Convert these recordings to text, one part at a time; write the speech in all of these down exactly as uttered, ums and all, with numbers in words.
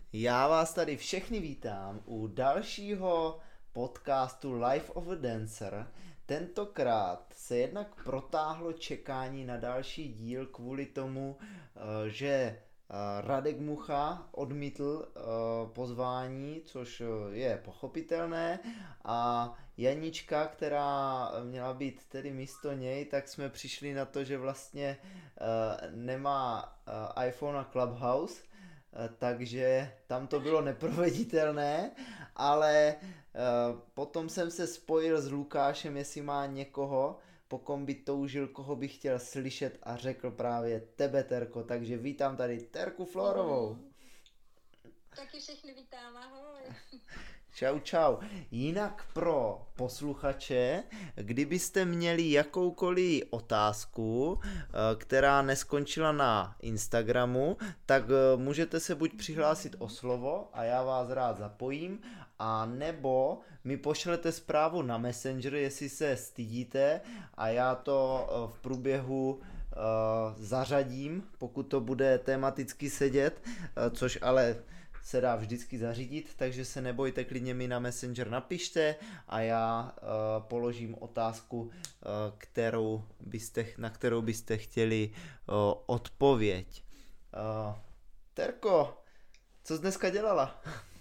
Já vás tady všechny vítám u dalšího podcastu Life of a Dancer. Tentokrát se jednak protáhlo čekání na další díl kvůli tomu, že Radek Mucha odmítl pozvání, což je pochopitelné, a Janička, která měla být tedy místo něj, tak jsme přišli na to, že vlastně nemá iPhone a Clubhouse, takže tam to bylo neproveditelné, ale potom jsem se spojil s Lukášem, jestli má někoho, po kom by toužil, koho by chtěl slyšet, a řekl právě tebe, Terko, takže vítám tady Terku Florovou. Taky všechny vítám, ahoj. Čau, čau. Jinak pro posluchače, kdybyste měli jakoukoliv otázku, která neskončila na Instagramu, tak můžete se buď přihlásit o slovo a já vás rád zapojím, a nebo mi pošlete zprávu na Messenger, jestli se stydíte, a já to v průběhu zařadím, pokud to bude tematicky sedět, což ale se dá vždycky zařídit, takže se nebojte, klidně mi na Messenger napište a já uh, položím otázku, uh, kterou byste, na kterou byste chtěli uh, odpověď. Uh, Terko, co jsi dneska dělala?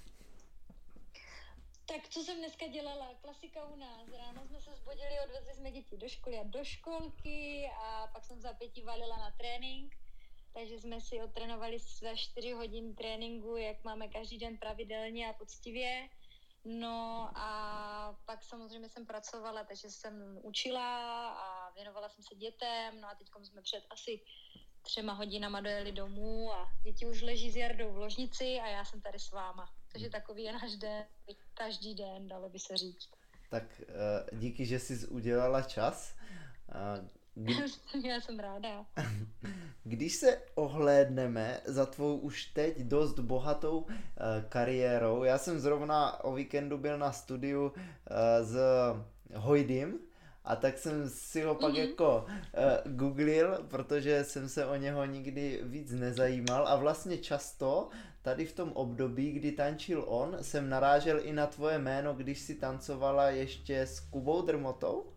Tak co jsem dneska dělala? Klasika u nás. Ráno jsme se zbudili, odvezli jsme děti do školy a do školky a pak jsem za pěti valila na trénink. Takže jsme si odtrénovali za čtyři hodiny tréninku, jak máme každý den pravidelně a poctivě. No a pak samozřejmě jsem pracovala, takže jsem učila a věnovala jsem se dětem. No a teď jsme před asi třema hodinama dojeli domů a děti už leží s Jardou v ložnici a já jsem tady s váma. Takže takový je náš den, každý den, dalo by se říct. Tak díky, že jsi udělala čas. Kdy... Já jsem ráda. Když se ohlédneme za tvou už teď dost bohatou uh, kariérou, já jsem zrovna o víkendu byl na studiu uh, s Hojdym, a tak jsem si ho pak mm-hmm. jako uh, googlil, protože jsem se o něho nikdy víc nezajímal, a vlastně často tady v tom období, kdy tančil on, jsem narážel i na tvoje jméno, když si tancovala ještě s Kubou Drmotou.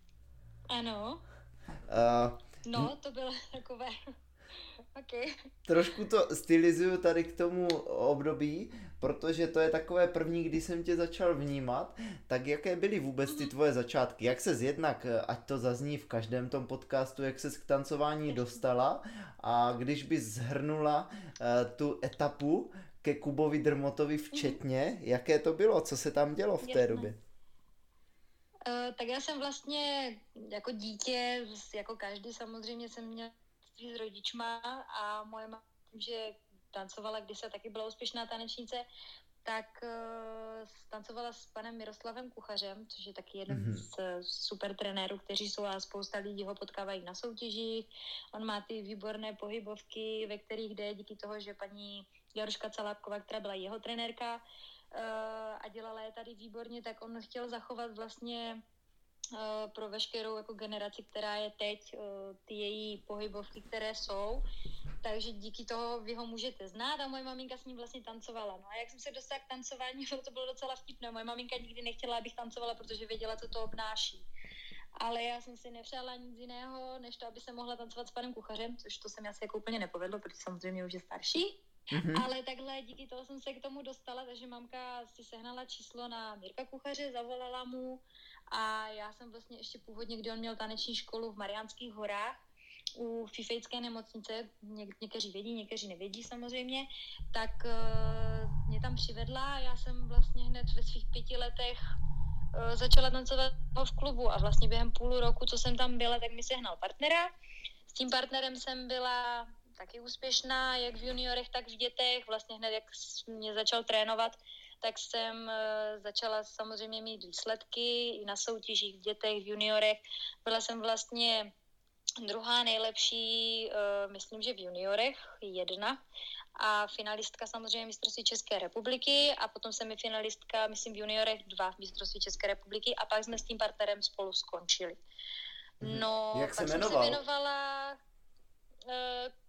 Ano. Uh, no, to bylo takové, okay. Trošku to stylizuju tady k tomu období, protože to je takové první, kdy jsem tě začal vnímat. Tak jaké byly vůbec ty tvoje začátky? Jak ses jednak, ať to zazní v každém tom podcastu, jak ses k tancování dostala, a když bys zhrnula uh, tu etapu ke Kubovi Drmotovi včetně, jaké to bylo, co se tam dělo v té Jasné. době? Uh, tak já jsem vlastně jako dítě, jako každý samozřejmě jsem měla s rodičma a moje máma, že tancovala, když se taky byla úspěšná tanečnice, tak uh, tancovala s panem Miroslavem Kuchařem, což je taky jeden mm-hmm. z super trenérů, kteří jsou, a spousta lidí ho potkávají na soutěžích. On má ty výborné pohybovky, ve kterých jde díky toho, že paní Jaruška Calápková, která byla jeho trenérka, a dělala je tady výborně, tak on chtěl zachovat vlastně pro veškerou jako generaci, která je teď, ty její pohybovky, které jsou, takže díky toho vy ho můžete znát, a moje maminka s ním vlastně tancovala. No a jak jsem se dostala k tancování, to bylo docela vtipné. Moje maminka nikdy nechtěla, abych tancovala, protože věděla, co to obnáší. Ale já jsem si nepřála nic jiného, než to, aby se mohla tancovat s panem Kuchařem, což to se mi asi jako úplně nepovedlo, protože samozřejmě už je starší. Mm-hmm. Ale takhle díky toho jsem se k tomu dostala, takže mamka si sehnala číslo na Mirka Kuchaře, zavolala mu, a já jsem vlastně ještě původně, kdy on měl taneční školu v Mariánských horách u Fifejské nemocnice, Ně- někteří vědí, někteří nevědí samozřejmě, tak uh, mě tam přivedla a já jsem vlastně hned ve svých pěti letech uh, začala tancovat v klubu, a vlastně během půl roku, co jsem tam byla, tak mi sehnal partnera. S tím partnerem jsem byla taky úspěšná, jak v juniorech, tak v dětech. Vlastně hned, jak mě začal trénovat, tak jsem uh, začala samozřejmě mít výsledky i na soutěžích v dětech, v juniorech. Byla jsem vlastně druhá nejlepší, uh, myslím, že v juniorech, jedna. A finalistka samozřejmě mistrovství České republiky, a potom jsem i finalistka, myslím, v juniorech dva mistrovství České republiky, a pak jsme s tím partnerem spolu skončili. No, jak pak se jsem jmenoval? se věnovala... Uh,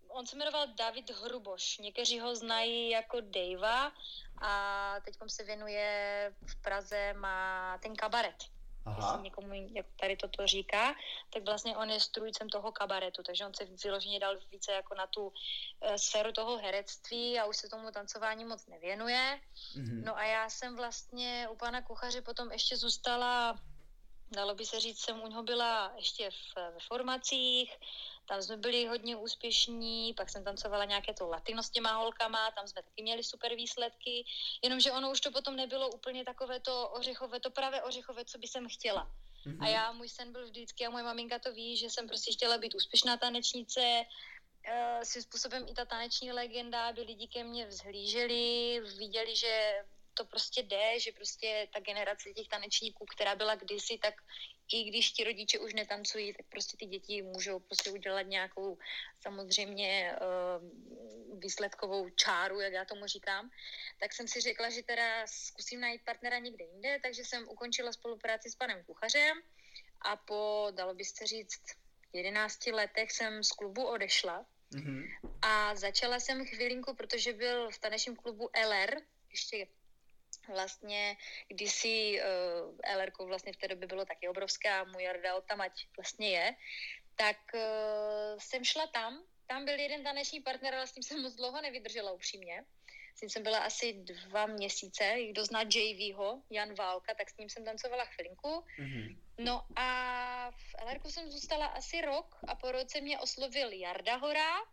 on se jmenoval David Hruboš, někteří ho znají jako Davea a teď se věnuje v Praze, má ten kabaret. Aha. Jestli někomu jak tady toto říká, tak vlastně on je strůjcem toho kabaretu, takže on se vyloženě dal více jako na tu e, sféru toho herectví a už se tomu tancování moc nevěnuje. Mm-hmm. No a já jsem vlastně u pana kuchaře potom ještě zůstala, dalo by se říct, jsem u něho byla ještě v, ve formacích, tam jsme byli hodně úspěšní, pak jsem tancovala nějaké to latino s těma holkama, tam jsme taky měli super výsledky, jenomže ono už to potom nebylo úplně takové to ořechové, to pravé ořechové, co by jsem chtěla. Mm-hmm. A já, můj sen byl vždycky, a moje maminka to ví, že jsem prostě chtěla být úspěšná tanečnice, e, svým způsobem i ta taneční legenda, aby lidi ke mně vzhlíželi, viděli, že to prostě jde, že prostě ta generace těch tanečníků, která byla kdysi, tak i když ti rodiče už netancují, tak prostě ty děti můžou prostě udělat nějakou samozřejmě uh, výsledkovou čáru, jak já tomu říkám. Tak jsem si řekla, že teda zkusím najít partnera někde jinde, takže jsem ukončila spolupráci s panem kuchařem a po, dalo by se říct, jedenácti letech jsem z klubu odešla. Mm-hmm. A začala jsem chvilinku, protože byl v tanečním klubu L R, ještě vlastně kdysi uh, L R vlastně v té době bylo taky obrovská, můj Jarda odtamať vlastně je, tak uh, jsem šla tam, tam byl jeden taneční partner, ale s tím jsem moc dlouho nevydržela upřímně. S tím jsem byla asi dva měsíce, kdo zná J V-ho, Jan Válka, tak s ním jsem tancovala chvilinku. Mm-hmm. No a v L R jsem zůstala asi rok a po roce mě oslovil Jarda Horák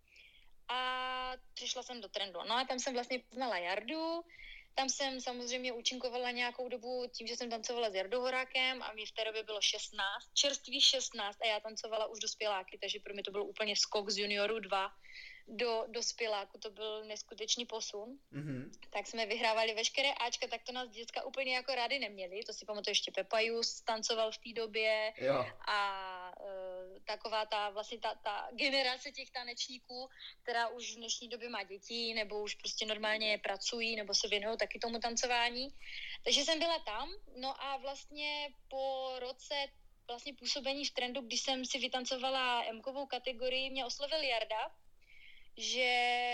a přišla jsem do Trendu. No a tam jsem vlastně poznala Jardu. Tam jsem samozřejmě účinkovala nějakou dobu tím, že jsem tancovala s Jardou Horákem a mi v té době bylo šestnáct, čerstvých šestnáct a já tancovala už dospěláky, takže pro mě to byl úplně skok z juniorů dva do dospěláku, to byl neskutečný posun. Mm-hmm. Tak jsme vyhrávali veškeré Ačka, tak to nás děcka úplně jako rádi neměli, to si pamatuju, ještě Pepa Jus tancoval v té době. Jo. A e, taková ta vlastně ta, ta generace těch tanečníků, která už v dnešní době má děti, nebo už prostě normálně pracují, nebo se věnují taky tomu tancování. Takže jsem byla tam, no a vlastně po roce vlastně působení v Trendu, když jsem si vytancovala M-kovou kategorii, mě oslovil Jarda, že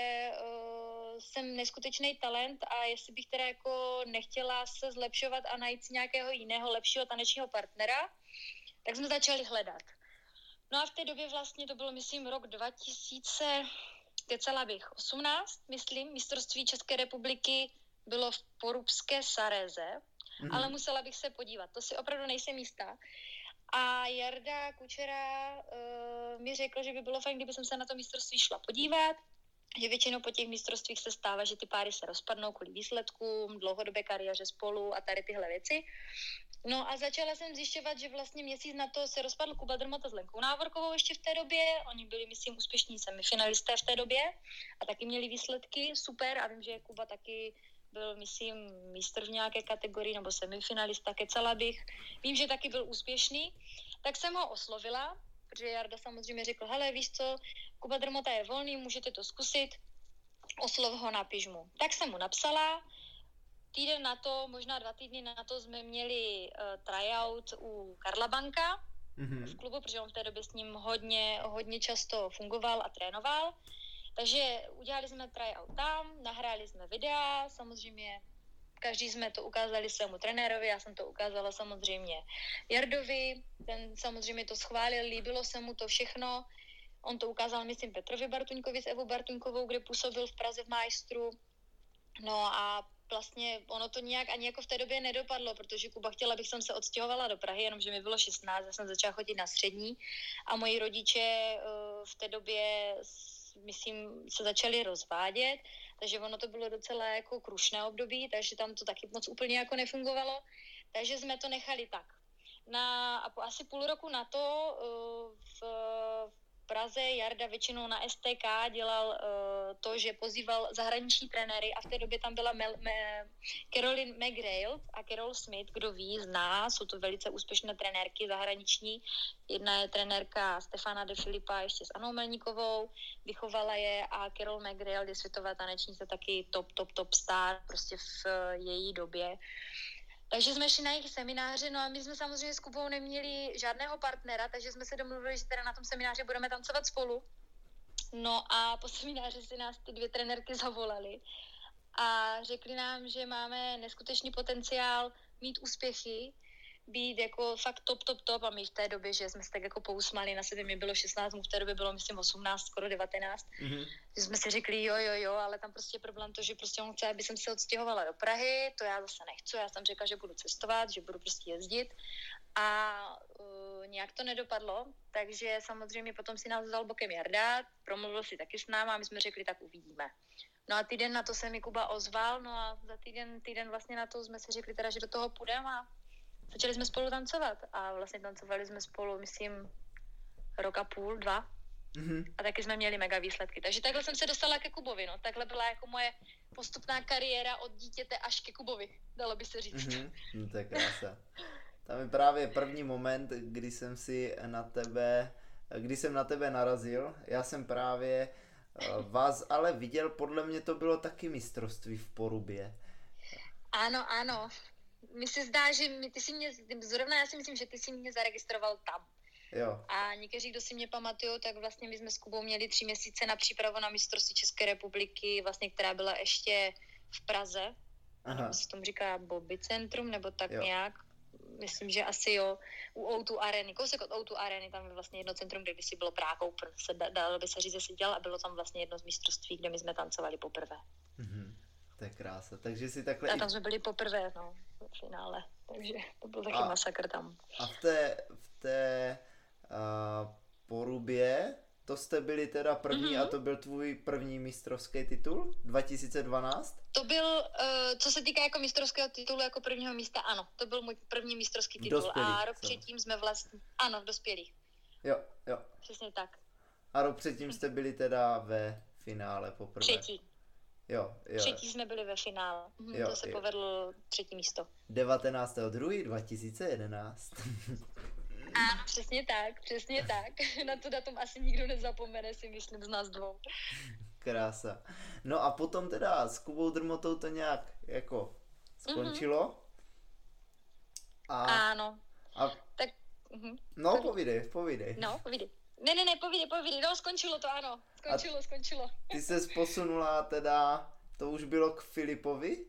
uh, jsem neskutečný talent a jestli bych teda jako nechtěla se zlepšovat a najít si nějakého jiného lepšího tanečního partnera, tak jsme začali hledat. No a v té době vlastně to bylo, myslím, rok dva tisíce, kecala bych, osmnáct, myslím, mistrovství České republiky bylo v Porubské Sareze, mm-hmm. ale musela bych se podívat, to si opravdu nejsem jistá. A Jarda Kučera uh, mi řekl, že by bylo fajn, kdyby jsem se na to mistrovství šla podívat, že většinou po těch mistrovstvích se stává, že ty páry se rozpadnou kvůli výsledkům, dlouhodobé kariéře spolu a tady tyhle věci. No a začala jsem zjišťovat, že vlastně měsíc na to se rozpadl Kuba Drmota s Lenkou Návorkovou ještě v té době. Oni byli, myslím, úspěšní semifinalisté v té době a taky měli výsledky super a vím, že Kuba taky byl, myslím, mistr v nějaké kategorii nebo semifinalista, kecala bych. Vím, že taky byl úspěšný. Tak jsem ho oslovila, protože Jarda samozřejmě řekl, hele, víš co, Kuba Drmota je volný, můžete to zkusit, oslov ho, napiš mu. Tak jsem mu napsala, týden na to, možná dva týdny na to jsme měli uh, tryout u Karla Banka mm-hmm. v klubu, protože on v té době s ním hodně, hodně často fungoval a trénoval. Takže udělali jsme tryout tam, nahráli jsme videa, samozřejmě každý jsme to ukázali svému trenérovi, já jsem to ukázala samozřejmě Jardovi, ten samozřejmě to schválil, líbilo se mu to všechno. On to ukázal, myslím, Petrovi Bartuňkovi s Evou Bartuňkovou, kde působil v Praze v Majstru. No a vlastně ono to nějak ani jako v té době nedopadlo, protože Kuba chtěla, abych jsem se odstěhovala do Prahy, jenomže mi bylo šestnáct, já jsem začala chodit na střední a moji rodiče uh, v té době myslím, se začali rozvádět, takže ono to bylo docela jako krušné období, takže tam to taky moc úplně jako nefungovalo, takže jsme to nechali tak. Na, a po asi půl roku na to uh, v, v Praze Jarda většinou na S T K dělal uh, to, že pozýval zahraniční trenéry a v té době tam byla Mel, Me, Caroline McGrail a Carol Smith, kdo ví, zná, jsou to velice úspěšné trenérky zahraniční. Jedna je trenérka Stefana de Filipa ještě s Anou Melníkovou, vychovala je a Carol McGrail je světová tanečnice, taky top, top, top star prostě v uh, její době. Takže jsme šli na jejich semináře, no a my jsme samozřejmě s Kubou neměli žádného partnera, takže jsme se domluvili, že teda na tom semináři budeme tancovat spolu. No a po semináři si nás ty dvě trenérky zavolali a řekli nám, že máme neskutečný potenciál mít úspěchy, být jako fakt top, top, top a my v té době, že jsme se tak jako pousmali na sebe, mi bylo šestnáct, mu v té době bylo myslím osmnáct, skoro devatenáct, mm-hmm. že jsme si řekli jo, jo, jo, ale tam prostě je problém to, že prostě on chce, aby jsem se odstěhovala do Prahy, to já zase nechci, já jsem řekla, že budu cestovat, že budu prostě jezdit a uh, nějak to nedopadlo, takže samozřejmě potom si nás vzal bokem Jarda, promluvil si taky s náma a my jsme řekli, tak uvidíme. No a týden na to se mi Kuba ozval, no a za týden, týden vlastně na to jsme si řekli teda, že do toho půjdeme a začali jsme spolu tancovat a vlastně tancovali jsme spolu, myslím, rok a půl, dva. Mm-hmm. A taky jsme měli mega výsledky. Takže takhle jsem se dostala ke Kubovi, no. Takhle byla jako moje postupná kariéra od dítěte až ke Kubovi, dalo by se říct. Mm-hmm. No to je krása. Tam je právě první moment, kdy jsem si na tebe, kdy jsem na tebe narazil. Já jsem právě vás ale viděl, podle mě to bylo taky mistrovství v Porubě. Ano, ano. Mi se zdá, že mi, ty si mě, zrovna já si myslím, že ty si mě zaregistroval tam. Jo. A někteří, kdo si mě pamatují, tak vlastně my jsme s Kubou měli tři měsíce na přípravu na mistrovství České republiky, vlastně, která byla ještě v Praze. Aha. Se tomu říká Bobby Centrum, nebo tak jo. Nějak. Myslím, že asi jo. U ó dva Areny, kousek od ó dva Areny, tam je vlastně jedno centrum, kde kdysi bylo Prague Open, se dalo by se říct, že se dělal a bylo tam vlastně jedno z mistrovství, kde my jsme tancovali poprvé. Mhm. To je krása, takže si takhle... A tam jsme byli poprvé, no, v finále, takže to byl taky a, masakr tam. A v té, v té uh, Porubě, to jste byli teda první mm-hmm. a to byl tvůj první mistrovský titul, dva tisíce dvanáct? To byl, uh, co se týká jako mistrovského titulu, jako prvního místa, ano, to byl můj první mistrovský titul. Dospělých, a rok co? předtím jsme vlastně, ano, v dospělých. Jo, jo. Přesně tak. A rok předtím jste byli teda ve finále poprvé. Třetí. Jo, jo. Třetí jsme byli ve finále. Mhm, jo, to se jo. povedlo třetí místo. devatenáctého druhého dva tisíce jedenáct. Ano, přesně tak, přesně tak. Na to datum asi nikdo nezapomene, si myslím, z nás dvou. Krása. No a potom teda s Kubou Drmotou to nějak jako skončilo. Mm-hmm. A... Ano. A... Tak... Uh-huh. No, povídej, povídej. No, povídej. Ne, ne, ne, povídej, povídej. No, skončilo to, ano. Skončilo, a skončilo. Ty ses posunula teda, to už bylo k Filipovi?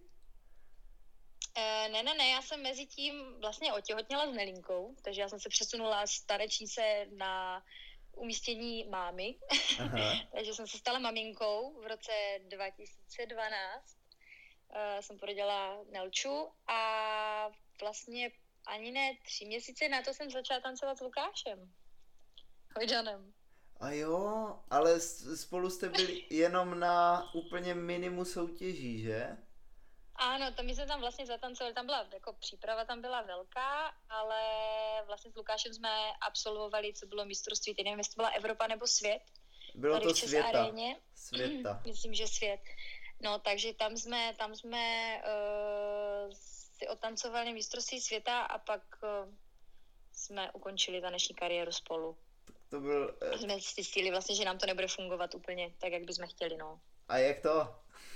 E, ne, ne, ne, já jsem mezi tím vlastně otěhotněla s Nelinkou, takže já jsem se přesunula z tanečnice na umístění mámy. Takže jsem se stala maminkou v roce dva tisíce dvanáct. E, jsem porodila Nelču a vlastně ani ne tři měsíce na to jsem začala tancovat s Lukášem Hojdanem. A jo, ale spolu jste byli jenom na úplně minimu soutěží, že? Ano, to my jsme tam vlastně zatancovali, tam byla, jako příprava tam byla velká, ale vlastně s Lukášem jsme absolvovali, co bylo mistrovství, teď nevím, jestli to byla Evropa nebo svět. Bylo to světa. Aréně. Světa. Myslím, že svět. No, takže tam jsme, tam jsme uh, si otancovali mistrovství světa a pak uh, jsme ukončili taneční kariéru spolu. To byl... Uh... Jsme zjistili vlastně, že nám to nebude fungovat úplně tak, jak bychom chtěli, no. A jak to?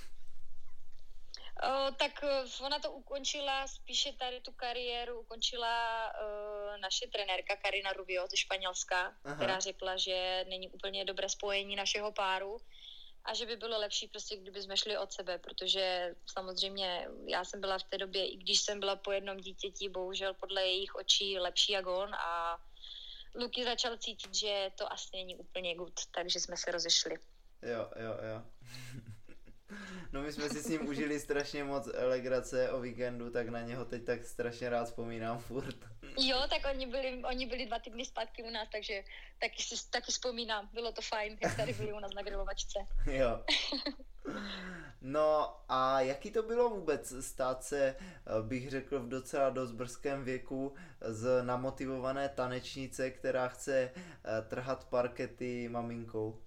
O, tak ona to ukončila, spíše tady tu kariéru ukončila uh, naše trenérka Karina Rubio ze Španělska, Aha. která řekla, že není úplně dobré spojení našeho páru a že by bylo lepší prostě, kdyby jsme šli od sebe, protože samozřejmě já jsem byla v té době, i když jsem byla po jednom dítěti, bohužel podle jejich očí lepší jak on a Luky začal cítit, že to asi není úplně good, takže jsme se rozešli. Jo, jo, jo. No my jsme si s ním užili strašně moc legrace o víkendu, tak na něho teď tak strašně rád vzpomínám furt. Jo, tak oni byli, oni byli dva týdny zpátky u nás, takže taky si taky vzpomínám, bylo to fajn, jak tady byli u nás na grilovačce. Jo. No a jaký to bylo vůbec stát se, bych řekl, v docela dost brzkém věku z namotivované tanečnice, která chce trhat parkety maminkou?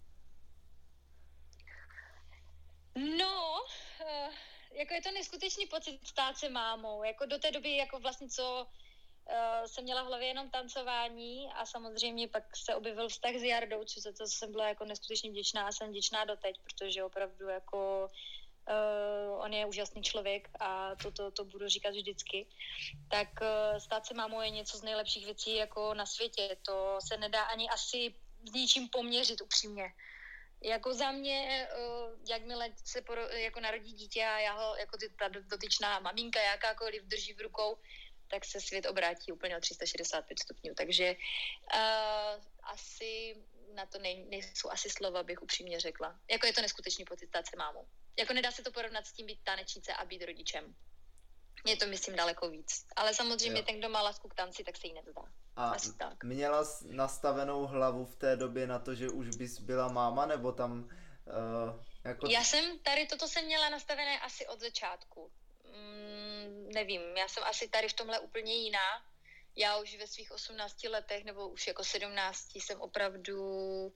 No, uh, jako je to neskutečný pocit stát se mámou, jako do té doby, jako vlastně co uh, jsem měla v hlavě jenom tancování a samozřejmě pak se objevil vztah s Jardou, což za to jsem byla jako neskutečně vděčná a jsem vděčná doteď, protože opravdu jako uh, on je úžasný člověk a to, to, to budu říkat vždycky, tak uh, stát se mámou je něco z nejlepších věcí jako na světě, to se nedá ani asi s ničím poměřit upřímně. Jako za mě, uh, jakmile se poro, jako narodí dítě a já ho jako ty, ta dotyčná maminka jakákoliv drží v rukou, tak se svět obrátí úplně o tři sta šedesát pět stupňů. Takže uh, asi na to nej, nejsou asi slova, bych upřímně řekla. Jako je to neskutečný pocit stát se mámou. Jako nedá se to porovnat s tím být tanečnice a být rodičem. Je to, myslím, daleko víc. Ale samozřejmě jo. Ten, kdo má lásku k tanci, tak se jí nevzdá. A asi tak. Měla jsi nastavenou hlavu v té době na to, že už bys byla máma, nebo tam uh, jako... Já jsem tady, toto jsem měla nastavené asi od začátku. Mm, nevím, já jsem asi tady v tomhle úplně jiná. Já už ve svých osmnácti letech, nebo už jako sedmnácti jsem opravdu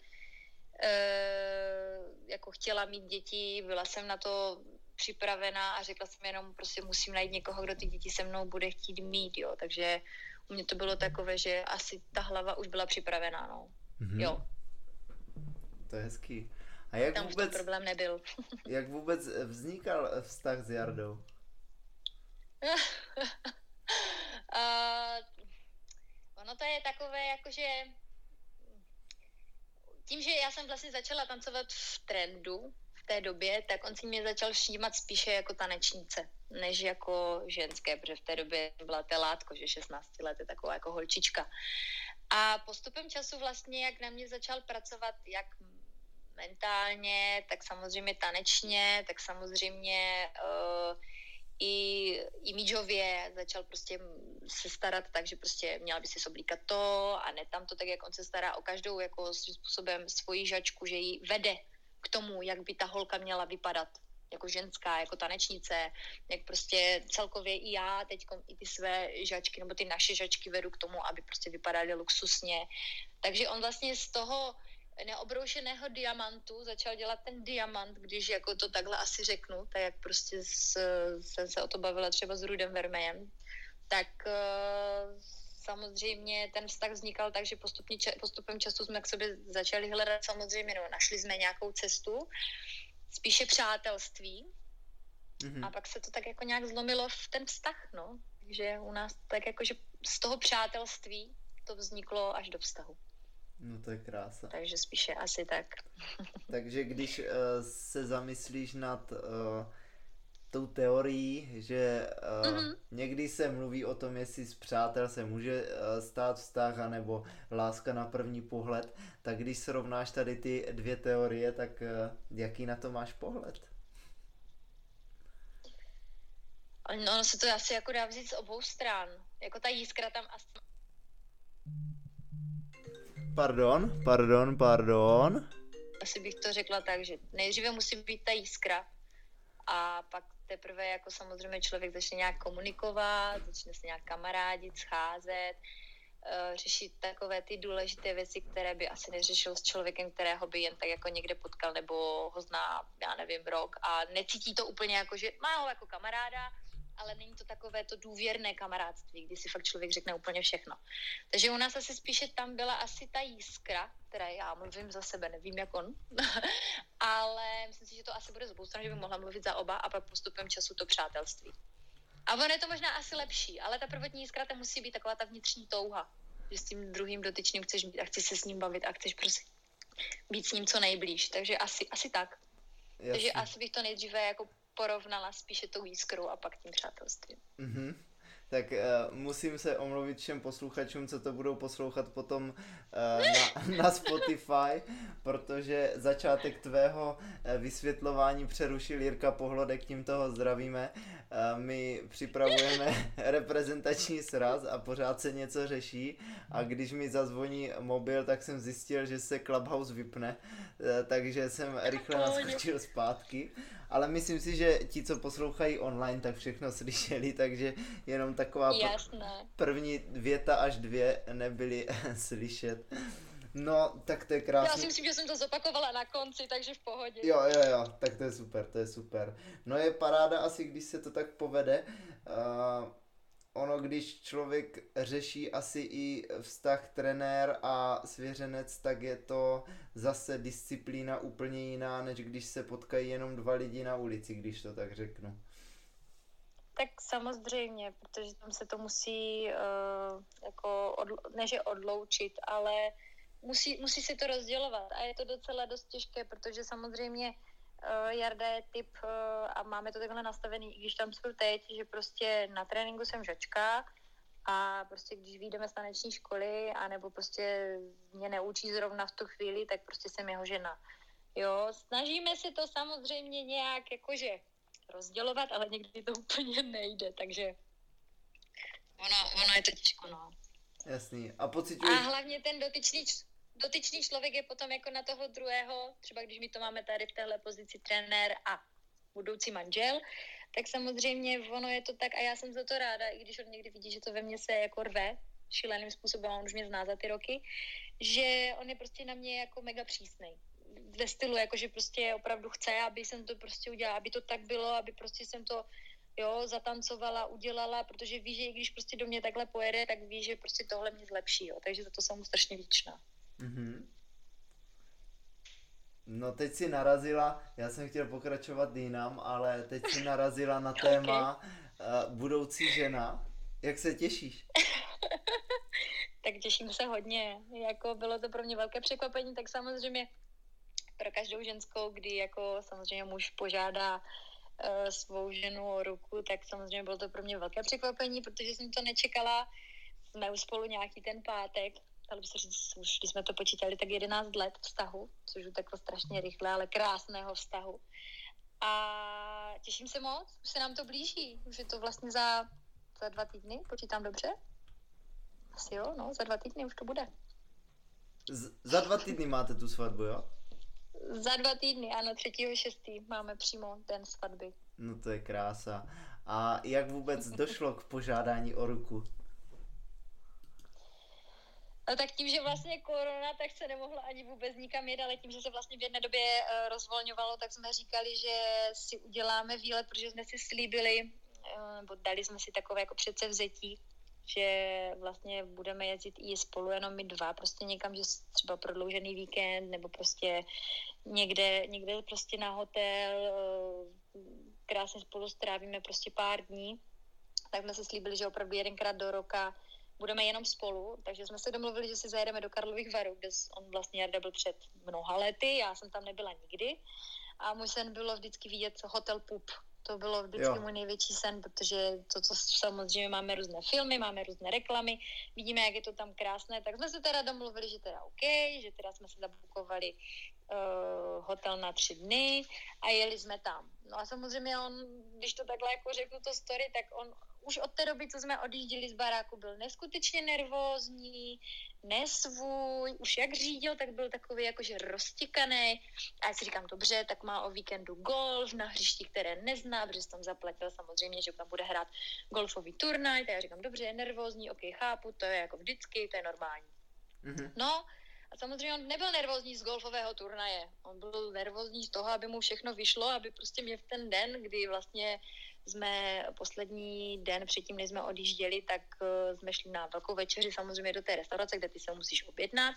e, jako chtěla mít děti, byla jsem na to připravená a řekla jsem jenom, prostě musím najít někoho, kdo ty děti se mnou bude chtít mít, jo, takže u mě to bylo takové, že asi ta hlava už byla připravená, no, mm-hmm. jo. To je hezký. A jak tam vůbec, problém nebyl. Jak vůbec vznikal vztah s Jardou? uh, ono to je takové, jakože tím, že já jsem vlastně začala tancovat v trendu v té době, tak on si mě začal všímat spíše jako tanečnice, než jako ženské, protože v té době byla telátko, že šestnáct let je taková jako holčička. A postupem času vlastně, jak na mě začal pracovat, jak mentálně, tak samozřejmě tanečně, tak samozřejmě uh, i imidžově začal prostě se starat tak, že prostě měla by si oblíkat to a ne tam to, tak jak on se stará o každou jako svým způsobem svoji žačku, že ji vede k tomu, jak by ta holka měla vypadat jako ženská, jako tanečnice, jak prostě celkově i já teď i ty své žačky, nebo ty naše žačky vedu k tomu, aby prostě vypadaly luxusně. Takže on vlastně z toho neobroušeného diamantu začal dělat ten diamant, když jako to takhle asi řeknu, tak jak prostě s, jsem se o to bavila třeba s Rudem Vermejem, tak uh, samozřejmě ten vztah vznikal tak, že postupně, postupem času jsme k sobě začali hledat samozřejmě, no, našli jsme nějakou cestu, spíše přátelství mm-hmm. a pak se to tak jako nějak zlomilo v ten vztah, no, takže u nás tak jako, že z toho přátelství to vzniklo až do vztahu. No to je krása. Takže spíše asi tak. Takže když uh, se zamyslíš nad uh, tou teorií, že uh, mm-hmm. někdy se mluví o tom, jestli z přátel se může uh, stát vztah, anebo láska na první pohled, tak když srovnáš tady ty dvě teorie, tak uh, jaký na to máš pohled? No, ono se to asi jako dá vzít z obou stran. Jako ta jiskra tam asi... Pardon, pardon, pardon. Asi bych to řekla tak, že nejdříve musí být ta jiskra a pak teprve jako samozřejmě člověk začne nějak komunikovat, začne se nějak kamarádit, scházet, řešit takové ty důležité věci, které by asi neřešil s člověkem, kterého by jen tak jako někde potkal nebo ho zná, já nevím, rok a necítí to úplně jako, že má ho jako kamaráda, ale není to takové to důvěrné kamarádství, kdy si fakt člověk řekne úplně všechno. Takže u nás asi spíše tam byla asi ta jiskra, která já mluvím za sebe, nevím jak on, ale myslím si, že to asi bude z obou stran, že bych mohla mluvit za oba a pak postupem času to přátelství. A ono je to možná asi lepší, ale ta prvotní jiskra to musí být taková ta vnitřní touha, že s tím druhým dotyčným chceš být a chceš se s ním bavit a chceš prostě být s ním co nejblíž, takže asi, asi tak. Jasně. Takže asi bych to nejdříve jako porovnala spíše tou jiskrou a pak tím přátelstvím. Mm-hmm. Tak uh, musím se omluvit všem posluchačům, co to budou poslouchat potom uh, na, na Spotify, protože začátek tvého uh, vysvětlování přerušil Jirka Pohlodek, tím toho zdravíme. Uh, my připravujeme reprezentační sraz a pořád se něco řeší a když mi zazvoní mobil, tak jsem zjistil, že se Clubhouse vypne, uh, takže jsem rychle naskočil zpátky. Ale myslím si, že ti, co poslouchají online, tak všechno slyšeli, takže jenom taková pr- první věta až dvě nebyly slyšet. No, tak to je krásný. Já si myslím, že jsem to zopakovala na konci, takže v pohodě. Jo, jo, jo, tak to je super, to je super. No je paráda asi, když se to tak povede. Uh, ono, když člověk řeší asi i vztah trenér a svěřenec, tak je to zase disciplína úplně jiná, než když se potkají jenom dva lidi na ulici, když to tak řeknu. Tak samozřejmě, protože tam se to musí uh, jako odlo- ne že odloučit, ale musí, musí si to rozdělovat a je to docela dost těžké, protože samozřejmě uh, Jarda je typ uh, a máme to takhle nastavený, i když tam jsou teď, že prostě na tréninku jsem žačka a prostě když vyjdeme z taneční školy anebo prostě mě neučí zrovna v tu chvíli, tak prostě jsem jeho žena. Jo, snažíme se to samozřejmě nějak jakože rozdělovat, ale někdy to úplně nejde, takže ono, ono je to těžko, no. Jasný. A pociťuješ... A hlavně ten dotyčný, dotyčný člověk je potom jako na toho druhého, třeba když my to máme tady v téhle pozici trenér a budoucí manžel, tak samozřejmě ono je to tak a já jsem za to ráda, i když on někdy vidí, že to ve mně se jako rve šíleným způsobem, on už mě zná za ty roky, že on je prostě na mě jako mega přísnej. Ve stylu, jakože prostě opravdu chce, aby jsem to prostě udělala, aby to tak bylo, aby prostě jsem to jo, zatancovala, udělala, protože ví, že i když prostě do mě takhle pojede, tak ví, že prostě tohle mě zlepší, jo. Takže za to jsem mu strašně vděčná. Mm-hmm. No teď si narazila, já jsem chtěl pokračovat jinam, ale teď si narazila na téma okay. uh, budoucí žena. Jak se těšíš? Tak těším se hodně. Jako bylo to pro mě velké překvapení, tak samozřejmě pro každou ženskou, kdy jako samozřejmě muž požádá uh, svou ženu o ruku, tak samozřejmě bylo to pro mě velké překvapení, protože jsem to nečekala. Jsme už spolu nějaký ten pátek, ale by se říct, už když jsme to počítali, tak jedenáct let vztahu, což je takhle strašně rychle, ale krásného vztahu. A těším se moc, už se nám to blíží, už je to vlastně za, za dva týdny, počítám dobře? Asi jo, no, za dva týdny už to bude. Z, za dva týdny máte tu svatbu, jo? Za dva týdny, ano, třetího šestého máme přímo den svatby. No to je krása. A jak vůbec došlo k požádání o ruku? No tak tím, že vlastně korona, tak se nemohla ani vůbec nikam jet, ale tím, že se vlastně v jedné době uh, rozvolňovalo, tak jsme říkali, že si uděláme výlet, protože jsme si slíbili, uh, nebo dali jsme si takové jako předsevzetí, že vlastně budeme jezdit i spolu jenom my dva, prostě někam, že třeba prodloužený víkend, nebo prostě někde, někde prostě na hotel, uh, krásně spolu strávíme prostě pár dní, tak jsme si slíbili, že opravdu jedenkrát do roka budeme jenom spolu, takže jsme se domluvili, že si zajedeme do Karlových Varů, kde on vlastně Jarda byl před mnoha lety, já jsem tam nebyla nikdy a můj sen bylo vždycky vidět Hotel Pup. To bylo vždycky jo. můj největší sen, protože to, co samozřejmě máme různé filmy, máme různé reklamy, vidíme, jak je to tam krásné, tak jsme se teda domluvili, že teda OK, že teda jsme se zabukovali uh, hotel na tři dny a jeli jsme tam. No a samozřejmě on, když to takhle jako řeknu to story, tak on už od té doby, co jsme odjížděli z baráku, byl neskutečně nervózní, nesvůj, už jak řídil, tak byl takový jakože roztěkaný. A já si říkám, dobře, tak má o víkendu golf na hřišti, které nezná, protože jsem tam zaplatil samozřejmě, že tam bude hrát golfový turnaj, tak já říkám, dobře, je nervózní, ok, chápu, to je jako vždycky, to je normální. Mm-hmm. No, a samozřejmě on nebyl nervózní z golfového turnaje, on byl nervózní z toho, aby mu všechno vyšlo, aby prostě mě v ten den, kdy vlastně jsme poslední den předtím, než jsme odjížděli, tak uh, jsme šli na velkou večeři samozřejmě do té restaurace, kde ty se musíš objednat.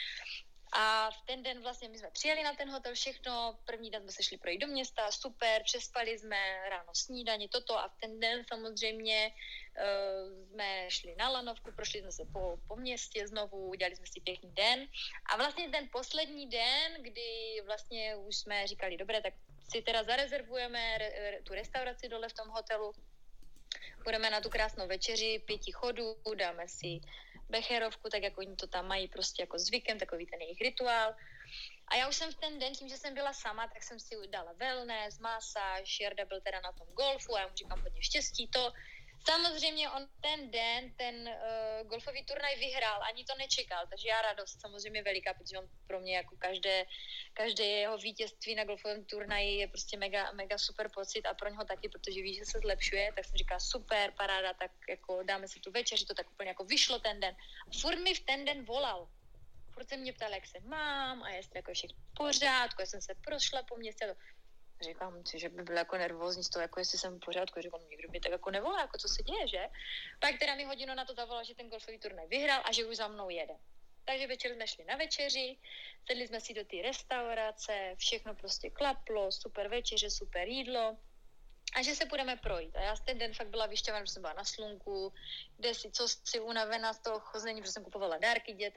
A v ten den vlastně my jsme přijeli na ten hotel, všechno, první den jsme se šli projít do města, super, přespali jsme ráno snídani, toto a v ten den samozřejmě uh, jsme šli na lanovku, prošli jsme se po, po městě znovu, udělali jsme si pěkný den a vlastně ten poslední den, kdy vlastně už jsme říkali, dobré, tak si teda zarezervujeme re, tu restauraci dole v tom hotelu, budeme na tu krásnou večeři, pěti chodů, dáme si becherovku, tak jako oni to tam mají prostě jako zvykem, takový ten jejich rituál. A já už jsem v ten den, tím, že jsem byla sama, tak jsem si dala wellness, masáž, Jarda byl teda na tom golfu a já mu říkám hodně štěstí to. Samozřejmě on ten den, ten uh, golfový turnaj vyhrál, ani to nečekal, takže já radost samozřejmě veliká, protože on pro mě jako každé, každé jeho vítězství na golfovém turnaji je prostě mega, mega super pocit a pro něho taky, protože ví, že se zlepšuje, tak jsem říkala super, paráda, tak jako dáme si tu večeři, to tak úplně jako vyšlo ten den. A furt mi v ten den volal. Furt se mě ptal, jak se mám a jestli jako všechno v pořádku, já jsem se prošla po městě a to. Říkám si, že by byl jako nervózní z toho, jako jestli jsem v pořádku. Říkám, někdo by tak jako nevolá, jako co se děje, že? Pak teda mi hodinu na to zavolal, že ten golfový turnaj vyhrál a že už za mnou jede. Takže večer jsme šli na večeři, sedli jsme si do té restaurace, všechno prostě klaplo, super večeře, super jídlo a že se budeme projít. A já ten den fakt byla vyšťavená, protože jsem byla na slunku, kde si, co si unavená z toho chození, protože jsem kupovala dárky dětem.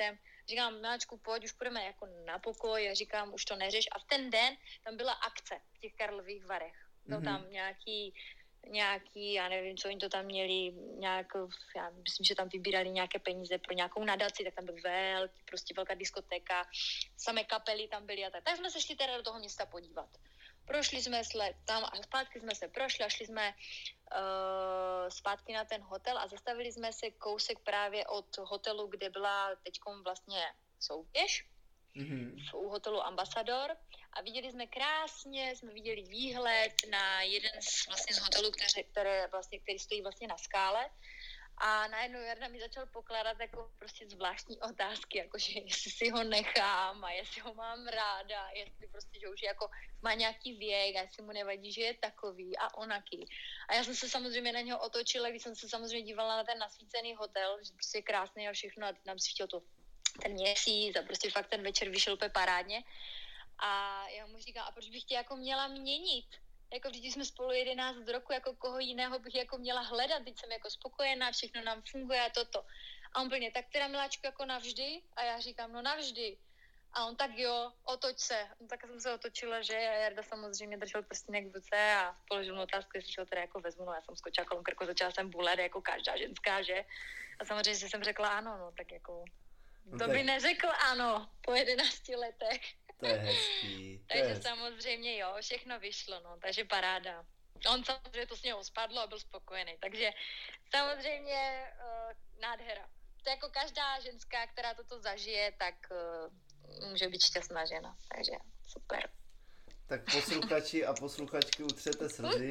Říkám, Miláčku, pojď, už půjdeme jako na pokoj, a říkám, už to neřeš. A v ten den tam byla akce v těch Karlových Varech. Byl mm-hmm. tam nějaký, nějaký, já nevím, co oni to tam měli, nějak, já myslím, že tam vybírali nějaké peníze pro nějakou nadaci, tak tam byl velký, prostě velká diskotéka, samé kapely tam byly a tak. Tak jsme se šli teda do toho města podívat. Prošli jsme se tam a zpátky jsme se prošli a šli jsme uh, zpátky na ten hotel a zastavili jsme se kousek právě od hotelu, kde byla teďkom vlastně soutěž, mm-hmm. u hotelu Ambassador a viděli jsme krásně, jsme viděli výhled na jeden z, vlastně z hotelů, které, které vlastně, který stojí vlastně na skále. A najednou Jarda mi začal pokládat jako prostě zvláštní otázky, jakože jestli si ho nechám a jestli ho mám ráda, jestli prostě, že už jako má nějaký věk a jestli mu nevadí, že je takový a onaký. A já jsem se samozřejmě na něho otočila, když jsem se samozřejmě dívala na ten nasvícený hotel, že prostě je krásný a všechno a tam si chtěl to ten měsíc a prostě fakt ten večer vyšel úplně parádně. A já mu říkám, a proč bych tě jako měla měnit? Jako vždyť jsme spolu jedenáct roku, jako koho jiného bych jako měla hledat, teď jsem jako spokojená, všechno nám funguje a toto. A on plně, tak teda Miláčku jako navždy? A já říkám, no navždy. A on tak jo, otoč se. No, tak jsem se otočila, že a Jarda samozřejmě držel prstínek v ruce a položil mu otázku, jestli ho teda jako vezmu. No já jsem skočila kolem krku, začala jsem bulet jako každá ženská, že? A samozřejmě že jsem řekla ano, no tak jako, to tak... by neřekl ano po jedenácti letech. To je hezký. To takže je samozřejmě jo, všechno vyšlo, no, takže paráda. On samozřejmě to s něho spadlo a byl spokojený, takže samozřejmě uh, nádhera. To jako každá ženská, která toto zažije, tak uh, může být šťastná žena, takže super. Tak posluchači a posluchačky, utřete slzy.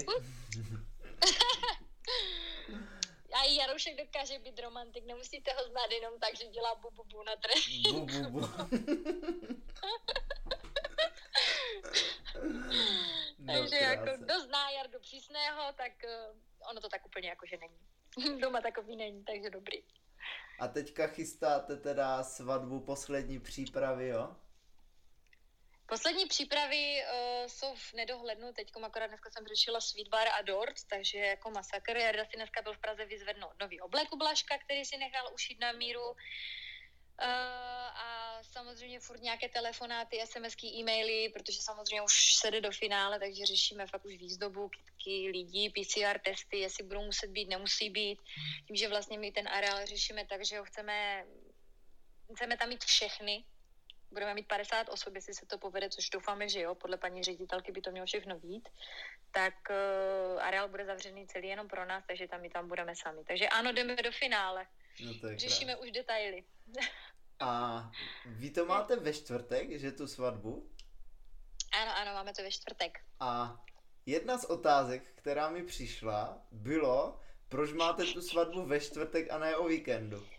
A i Jaroušek dokáže být romantik, nemusíte ho znát jenom tak, že dělá bu bu bu na trh. Bu bu bu. No, takže jako kdo zná Jardu Přísného, tak uh, ono to tak úplně jakože není. Doma takový není, takže dobrý. A teďka chystáte teda svatbu, poslední přípravy, jo? Poslední přípravy uh, jsou v nedohlednu, teďkom akorát dneska jsem řešila Sweet Bar a Dort, takže jako masakr. Jarda si dneska byl v Praze vyzvednout nový oblek u Blažka, který si nechal ušít na míru. Uh, a samozřejmě furt nějaké telefonáty, SMSky, e-maily, protože samozřejmě už se jde do finále, takže řešíme fakt už výzdobu, kytky, lidí, P C R testy, jestli budou muset být, nemusí být. Tím, že vlastně my ten areál řešíme tak, že ho chceme, chceme tam mít všechny. Budeme mít padesát osob, jestli se to povede, což doufáme, že jo, podle paní ředitelky by to mělo všechno být, tak uh, areál bude zavřený celý jenom pro nás, takže tam my tam budeme sami. Takže ano, jdeme do finále. No to je řešíme krás. Už detaily. A vy to máte ve čtvrtek, že tu svatbu? Ano, ano, máme to ve čtvrtek. A jedna z otázek, která mi přišla, bylo, proč máte tu svatbu ve čtvrtek a ne o víkendu? Uh,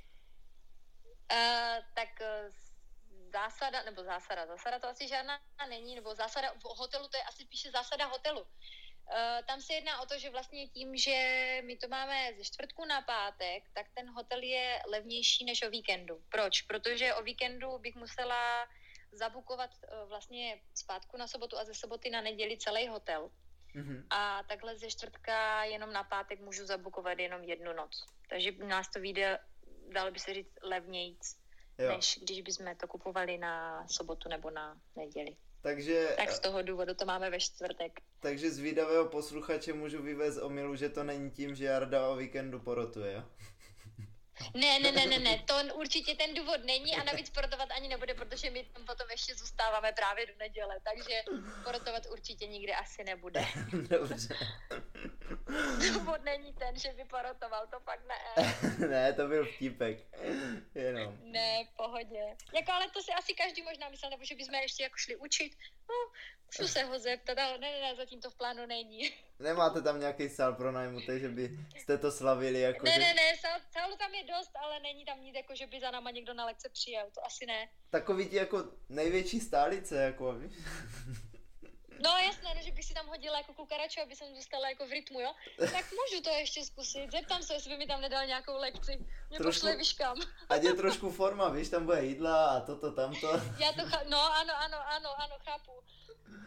tak uh, zásada, nebo zásada, zásada to asi žádná není, nebo zásada v hotelu, to je asi píše zásada hotelu. Uh, tam se jedná o to, že vlastně tím, že my to máme ze čtvrtku na pátek, tak ten hotel je levnější než o víkendu. Proč? Protože o víkendu bych musela zabukovat uh, vlastně zpátku na sobotu a ze soboty na neděli celý hotel. Mm-hmm. A takhle ze čtvrtka jenom na pátek můžu zabukovat jenom jednu noc. Takže nás to vyjde, dalo by se říct, levnějc, jo. Než když bychom to kupovali na sobotu nebo na neděli. Takže, tak z toho důvodu to máme ve čtvrtek. Takže z výdavého posluchače můžu vyvést omylu, že to není tím, že Jarda o víkendu porotuje, jo? Ne, ne, ne, ne, ne, to určitě ten důvod není a navíc porotovat ani nebude, protože my tam potom ještě zůstáváme právě do neděle, takže porotovat určitě nikdy asi nebude. Dobře. Důvod není ten, že by porotoval, to fakt ne. Ne, to byl vtípek, jenom. Ne, pohodě. Jako ale to si asi každý možná myslel, nebo že bychom ještě jako šli učit. No, můžu se ho zeptat, ale ne, ne, ne, zatím to v plánu není. Nemáte tam nějaký sál pronajmutý, že byste to slavili jako... Ne, že... ne, ne, sál, sálu tam je dost, ale není tam nic jako, že by za náma někdo na lekce přijel, to asi ne. Takový ti jako největší stálice, jako víš? No jasné, ne, že bych si tam hodila jako kukaraču, aby jsem zůstala jako v rytmu, jo? Tak můžu to ještě zkusit, zeptám se, jestli by mi tam nedal nějakou lekci. Mě trošku, pošle vyškám. Ať je trošku forma, víš, tam bude jídla a toto, tamto. Já to chápu, no ano, ano, ano, ano, chápu.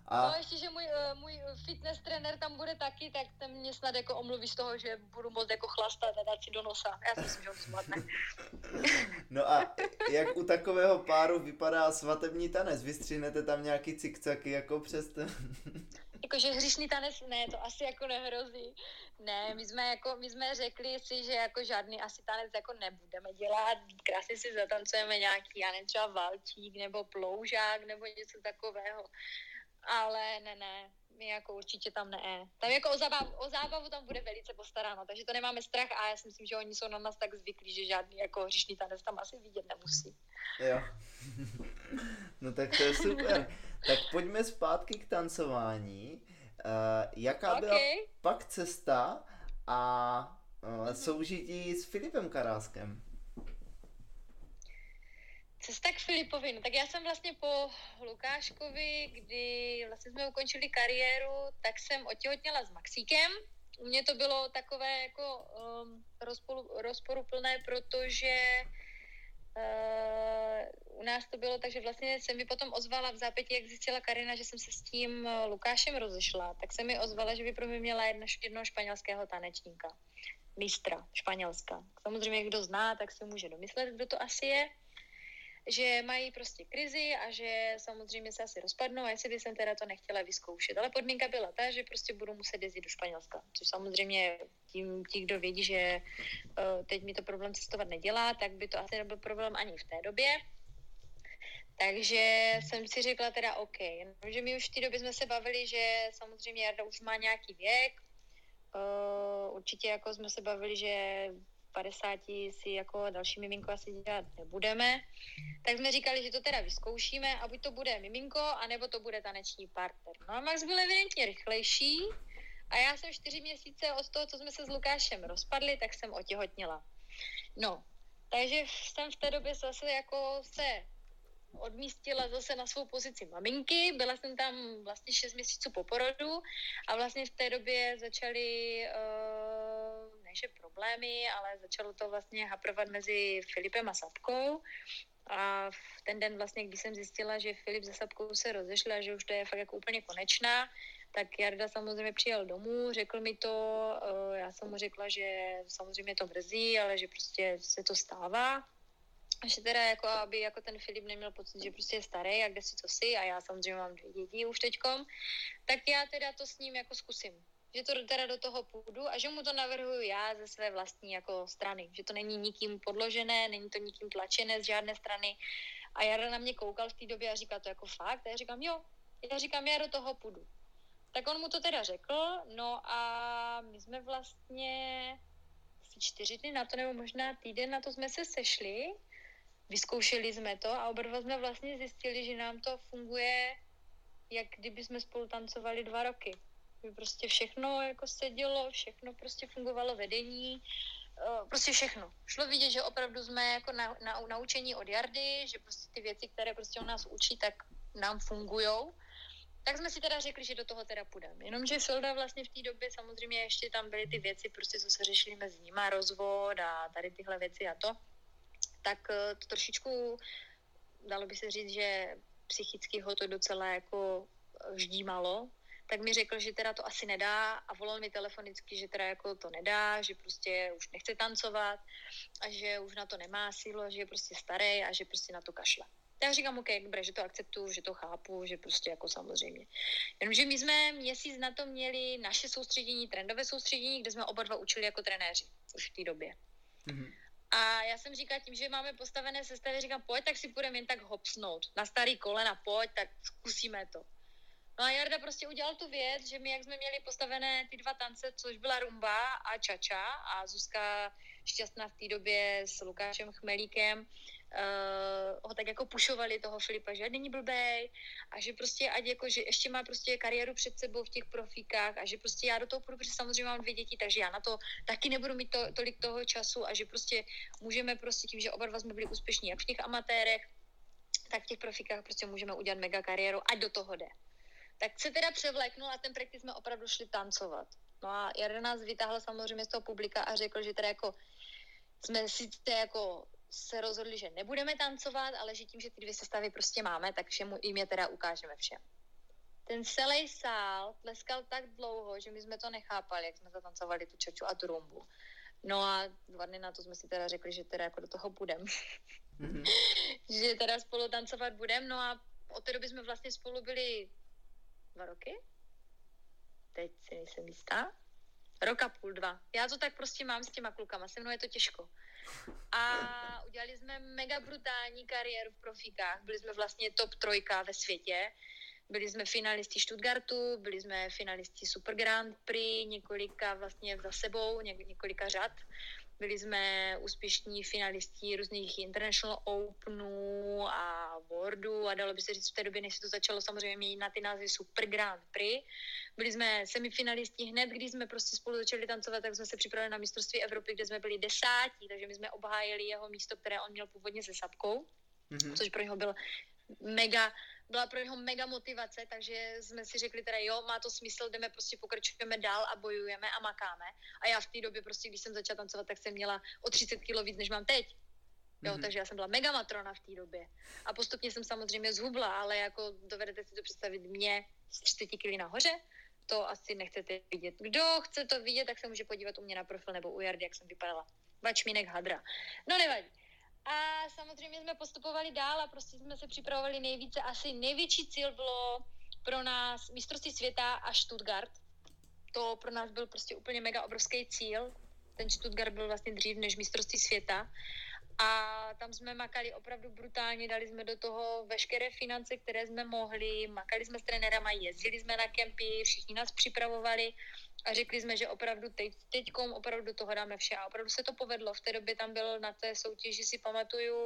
A... No ještě, že můj, uh, můj fitness trenér tam bude taky, tak ten mě snad jako omluví z toho, že budu moc jako chlastat a dát si do nosa. Já si myslím, že on to zvládne. No a jak u takového páru vypadá svatební tanec? Vystřihnete tam nějaký cikcaky jako přes ten... Jakože hříšný tanec, ne, to asi jako nehrozí. Ne, my jsme, jako, my jsme řekli si, že jako žádný asi tanec jako nebudeme dělat. Krásně si zatancujeme nějaký, já nevím, třeba valčík nebo ploužák nebo něco takového. Ale ne, ne, my jako určitě tam ne. Tam jako o zábavu, o zábavu tam bude velice postaráno, takže to nemáme strach a já si myslím, že oni jsou na nás tak zvyklí, že žádný jako hříšný tanec tam asi vidět nemusí. Jo. No tak to je super. Tak pojďme zpátky k tancování. Uh, jaká okay. byla pak cesta a uh, soužití s Filipem Karáskem? Cesta k Filipovi, no tak já jsem vlastně po Lukáškovi, kdy vlastně jsme ukončili kariéru, tak jsem otěhotněla s Maxíkem. U mě to bylo takové jako um, rozporu, rozporuplné, protože uh, u nás to bylo tak, že vlastně se mi potom ozvala v zápětí, jak zjistila Karina, že jsem se s tím Lukášem rozešla, tak se mi ozvala, že by pro mě měla jedno, jednoho španělského tanečníka, mistra Španělska. Samozřejmě, kdo zná, tak si může domyslet, kdo to asi je. Že mají prostě krizi a že samozřejmě se asi rozpadnou a jestli by jsem teda to nechtěla vyzkoušet. Ale podmínka byla ta, že prostě budu muset jezdit do Španělska. Což samozřejmě tím, tí, kdo vědí, že uh, teď mi to problém cestovat nedělá, tak by to asi nebyl problém ani v té době. Takže jsem si řekla teda OK. Že my už v té době jsme se bavili, že samozřejmě Jarda už má nějaký věk. Uh, určitě jako jsme se bavili, že padesáti si jako další miminko asi dělat nebudeme, tak jsme říkali, že to teda vyzkoušíme a buď to bude miminko, anebo to bude taneční partner. No a Max byl evidentně rychlejší a já jsem čtyři měsíce od toho, co jsme se s Lukášem rozpadli, tak jsem otěhotněla. No, takže jsem v té době zase jako se odmístila zase na svou pozici maminky, byla jsem tam vlastně šest měsíců po porodu a vlastně v té době začaly uh, ne že problémy, ale začalo to vlastně haprovat mezi Filipem a Sapkou a v ten den vlastně, když jsem zjistila, že Filip se Sapkou se rozešli a že už to je fakt jako úplně konečná, tak Jarda samozřejmě přijel domů, řekl mi to, uh, já jsem mu řekla, že samozřejmě to mrzí, ale že prostě se to stává. A že teda jako, aby jako ten Filip neměl pocit, že prostě je starý a kde si co si a já samozřejmě mám dvě děti už teďkom, tak já teda to s ním jako zkusím. Že to teda do toho půjdu a že mu to navrhuju já ze své vlastní jako strany. Že to není nikým podložené, není to nikým tlačené z žádné strany. A Jarda na mě koukal v té době a říkal to jako fakt. A já říkám jo, já říkám já do toho půjdu. Tak on mu to teda řekl, no a my jsme vlastně asi čtyři dny na to, nebo možná týden na to jsme se sešli. Vyzkoušeli jsme to a oba dva jsme vlastně zjistili, že nám to funguje, jak kdyby jsme spolu tancovali dva roky. Prostě všechno jako se dělo, všechno prostě fungovalo vedení, prostě všechno. Šlo vidět, že opravdu jsme jako na, na, naučení od Jardy, že prostě ty věci, které prostě on nás učí, tak nám fungujou. Tak jsme si teda řekli, že do toho teda půjdeme. Jenomže Filda vlastně v té době samozřejmě ještě tam byly ty věci, prostě co se řešily mezi nima, rozvod a tady tyhle věci a to. Tak to trošičku, dalo by se říct, že psychicky ho to docela jako ždímalo, tak mi řekl, že teda to asi nedá a volal mi telefonicky, že teda jako to nedá, že prostě už nechce tancovat a že už na to nemá sílu a že je prostě starý a že prostě na to kašle. Tak říkám, OK, dobré, že to akceptuju, že to chápu, že prostě jako samozřejmě. Jenomže my jsme měsíc na to měli naše soustředění, trendové soustředění, kde jsme oba dva učili jako trenéři už v té době. Mm-hmm. A já jsem říkala, tím, že máme postavené sestavy, říkám, pojď, tak si půjdeme jen tak hopsnout. Na starý kolena, pojď, tak zkusíme to. No a Jarda prostě udělal tu věc, že my, jak jsme měli postavené ty dva tance, což byla rumba a čača a Zuzka Šťastná v té době s Lukášem Chmelíkem uh, ho tak jako pušovali toho Filipa, že není blbej a že prostě ať jako, že ještě má prostě kariéru před sebou v těch profíkách a že prostě já do toho půjdu, protože samozřejmě mám dvě děti, takže já na to taky nebudu mít to, tolik toho času a že prostě můžeme prostě tím, že oba dva jsme byli úspěšní jak v těch amatérech, tak v těch profíkách prostě můžeme udělat mega kariéru, ať do toho jde. Tak se teda převléknul a ten projekty jsme opravdu šli tancovat. No a Jarda nás vytáhl samozřejmě z toho publika a řekl, že teda jako jsme sice jako se rozhodli, že nebudeme tancovat, ale že tím, že ty dvě sestavy prostě máme, takže mu jim je teda ukážeme všem. ten celý sál tleskal tak dlouho, že my jsme to nechápali, jak jsme zatancovali tu čaču a tu rumbu. No a dva dny na to jsme si teda řekli, že teda jako do toho budem. Mm-hmm. Že teda spolu tancovat budem, no a od té doby jsme vlastně spolu byli dva roky? Teď si nejsem jistá. Rok a půl, dva. Já to tak prostě mám s těma klukama, se mnou je to těžko. A udělali jsme mega brutální kariéru v profíkách. Byli jsme vlastně top trojka ve světě. Byli jsme finalisti Stuttgartu, byli jsme finalisti Super Grand Prix, několika vlastně za sebou, ně, několika řad. Byli jsme úspěšní finalisti různých International Openů a Worldů a dalo by se říct v té době, než se to začalo samozřejmě měnit na ty názvy Super Grand Prix. Byli jsme semifinalisti hned, když jsme prostě spolu začali tancovat, tak jsme se připravili na mistrovství Evropy, kde jsme byli desátí, takže my jsme obhájili jeho místo, které on měl původně se Sapkou, mm-hmm. což pro něho byl mega, byla pro něho mega motivace, takže jsme si řekli teda jo, má to smysl, jdeme prostě pokračujeme dál a bojujeme a makáme. A já v té době prostě, když jsem začala tancovat, tak jsem měla o třicet kilo víc, než mám teď. Jo, mm-hmm. takže já jsem byla mega matrona v té době. A postupně jsem samozřejmě zhubla, ale jako dovedete si to představit mě z třicet kilí nahoře, to asi nechcete vidět. Kdo chce to vidět, tak se může podívat u mě na profil nebo u Jardy, jak jsem vypadala. Vačmínek hadra. No nevadí. A samozřejmě jsme postupovali dál a prostě jsme se připravovali nejvíce. Asi největší cíl bylo pro nás mistrovství světa a Stuttgart. To pro nás byl prostě úplně mega obrovský cíl. Ten Stuttgart byl vlastně dřív než mistrovství světa. A tam jsme makali opravdu brutálně, dali jsme do toho veškeré finance, které jsme mohli, makali jsme s trenérama, jezdili jsme na kempy, všichni nás připravovali a řekli jsme, že opravdu teď, teďkom opravdu do toho dáme vše a opravdu se to povedlo. V té době tam byl na té soutěži, si pamatuju,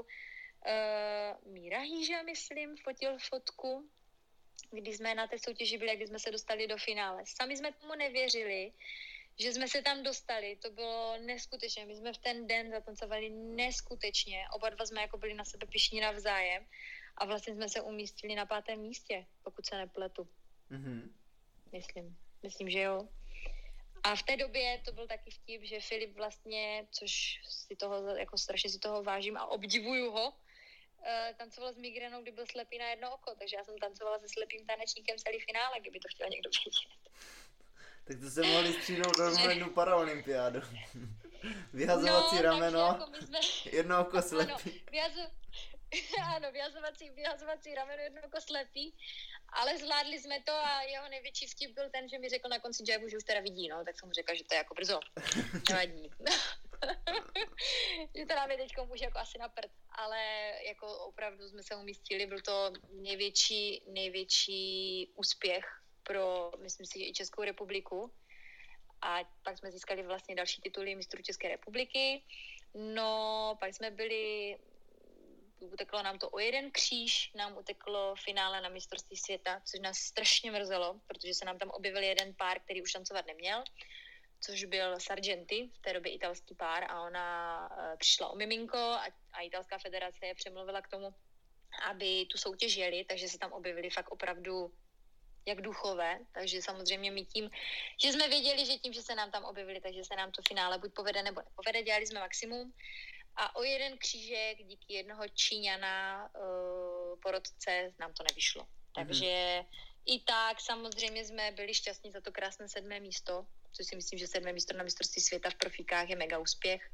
uh, Míra Hýža, myslím, fotil fotku, kdy jsme na té soutěži byli, kdy jsme se dostali do finále. Sami jsme tomu nevěřili, že jsme se tam dostali, to bylo neskutečné. My jsme v ten den zatancovali neskutečně. Oba dva jsme jako byli na sebe pyšní navzájem a vlastně jsme se umístili na pátém místě, pokud se nepletu. Mm-hmm. Myslím, myslím, že jo. A v té době to byl taky vtip, že Filip vlastně, což si toho, jako strašně si toho vážím a obdivuju ho, uh, tancoval s migrénou, kdy byl slepý na jedno oko, takže já jsem tancovala se slepým tanečníkem celý finále, kdyby to chtěl někdo vidět. Tak to se mohli stříhnout do jednu paraolympiádu. Vyhazovací no, rameno, jako jsme... jedno oko slepý. Ano, vyhazo... ano vyhazovací, vyhazovací rameno, jedno oko slepý. Ale zvládli jsme to a jeho největší vtip byl ten, že mi řekl na konci jibu, že už teda vidí, no, tak jsem mu řekla, že to je jako brzo. Nevadí. Že to nám je teďko už jako asi na prd. Ale jako opravdu jsme se umístili, byl to největší, největší úspěch pro, myslím si, i Českou republiku. A pak jsme získali vlastně další tituly mistrů České republiky. No, pak jsme byli, uteklo nám to o jeden kříž, nám uteklo finále na mistrovství světa, což nás strašně mrzelo, protože se nám tam objevil jeden pár, který už tancovat neměl, což byl Sargenti, v té době italský pár, a ona uh, přišla o miminko a, a italská federace je přemluvila k tomu, aby tu soutěž jeli, takže se tam objevili fakt opravdu jak duchové, takže samozřejmě my tím, že jsme věděli, že tím, že se nám tam objevili, takže se nám to finále buď povede nebo nepovede, dělali jsme maximum a o jeden křížek díky jednoho Číňana uh, porodce nám to nevyšlo. Mm-hmm. Takže i tak samozřejmě jsme byli šťastní za to krásné sedmé místo, což si myslím, že sedmé místo na mistrovství světa v profíkách je mega úspěch.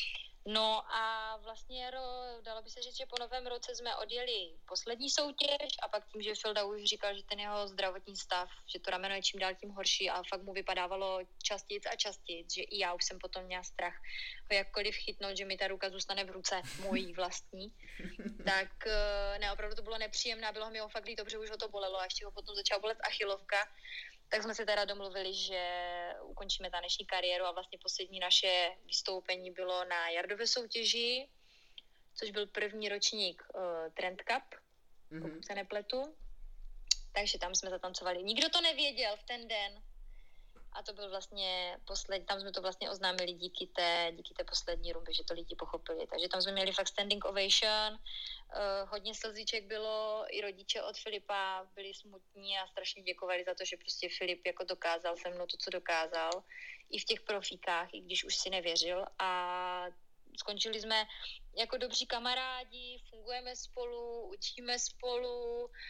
No a vlastně ro, dalo by se říct, že po novém roce jsme odjeli poslední soutěž a pak tím, že Filda už říkal, že ten jeho zdravotní stav, že to rameno je čím dál tím horší a fakt mu vypadávalo častějc a častějc, že i já už jsem potom měla strach ho jakkoliv chytnout, že mi ta ruka zůstane v ruce mojí vlastní, tak ne, opravdu to bylo nepříjemné a bylo mi ho fakt líto, protože už ho to bolelo a ještě ho potom začala bolet achilovka. Tak jsme se teda domluvili, že ukončíme taneční kariéru a vlastně poslední naše vystoupení bylo na Jardové soutěži, což byl první ročník uh, Trend Cup, mm-hmm. pokud se nepletu. Takže tam jsme zatancovali. Nikdo to nevěděl v ten den. A to byl vlastně poslední, tam jsme to vlastně oznámili díky té, díky té poslední rumbě, že to lidi pochopili. Takže tam jsme měli fakt standing ovation, uh, hodně slzíček bylo, i rodiče od Filipa byli smutní a strašně děkovali za to, že prostě Filip jako dokázal se mnou to, co dokázal, i v těch profíkách, i když už si nevěřil. A skončili jsme jako dobří kamarádi, fungujeme spolu, učíme spolu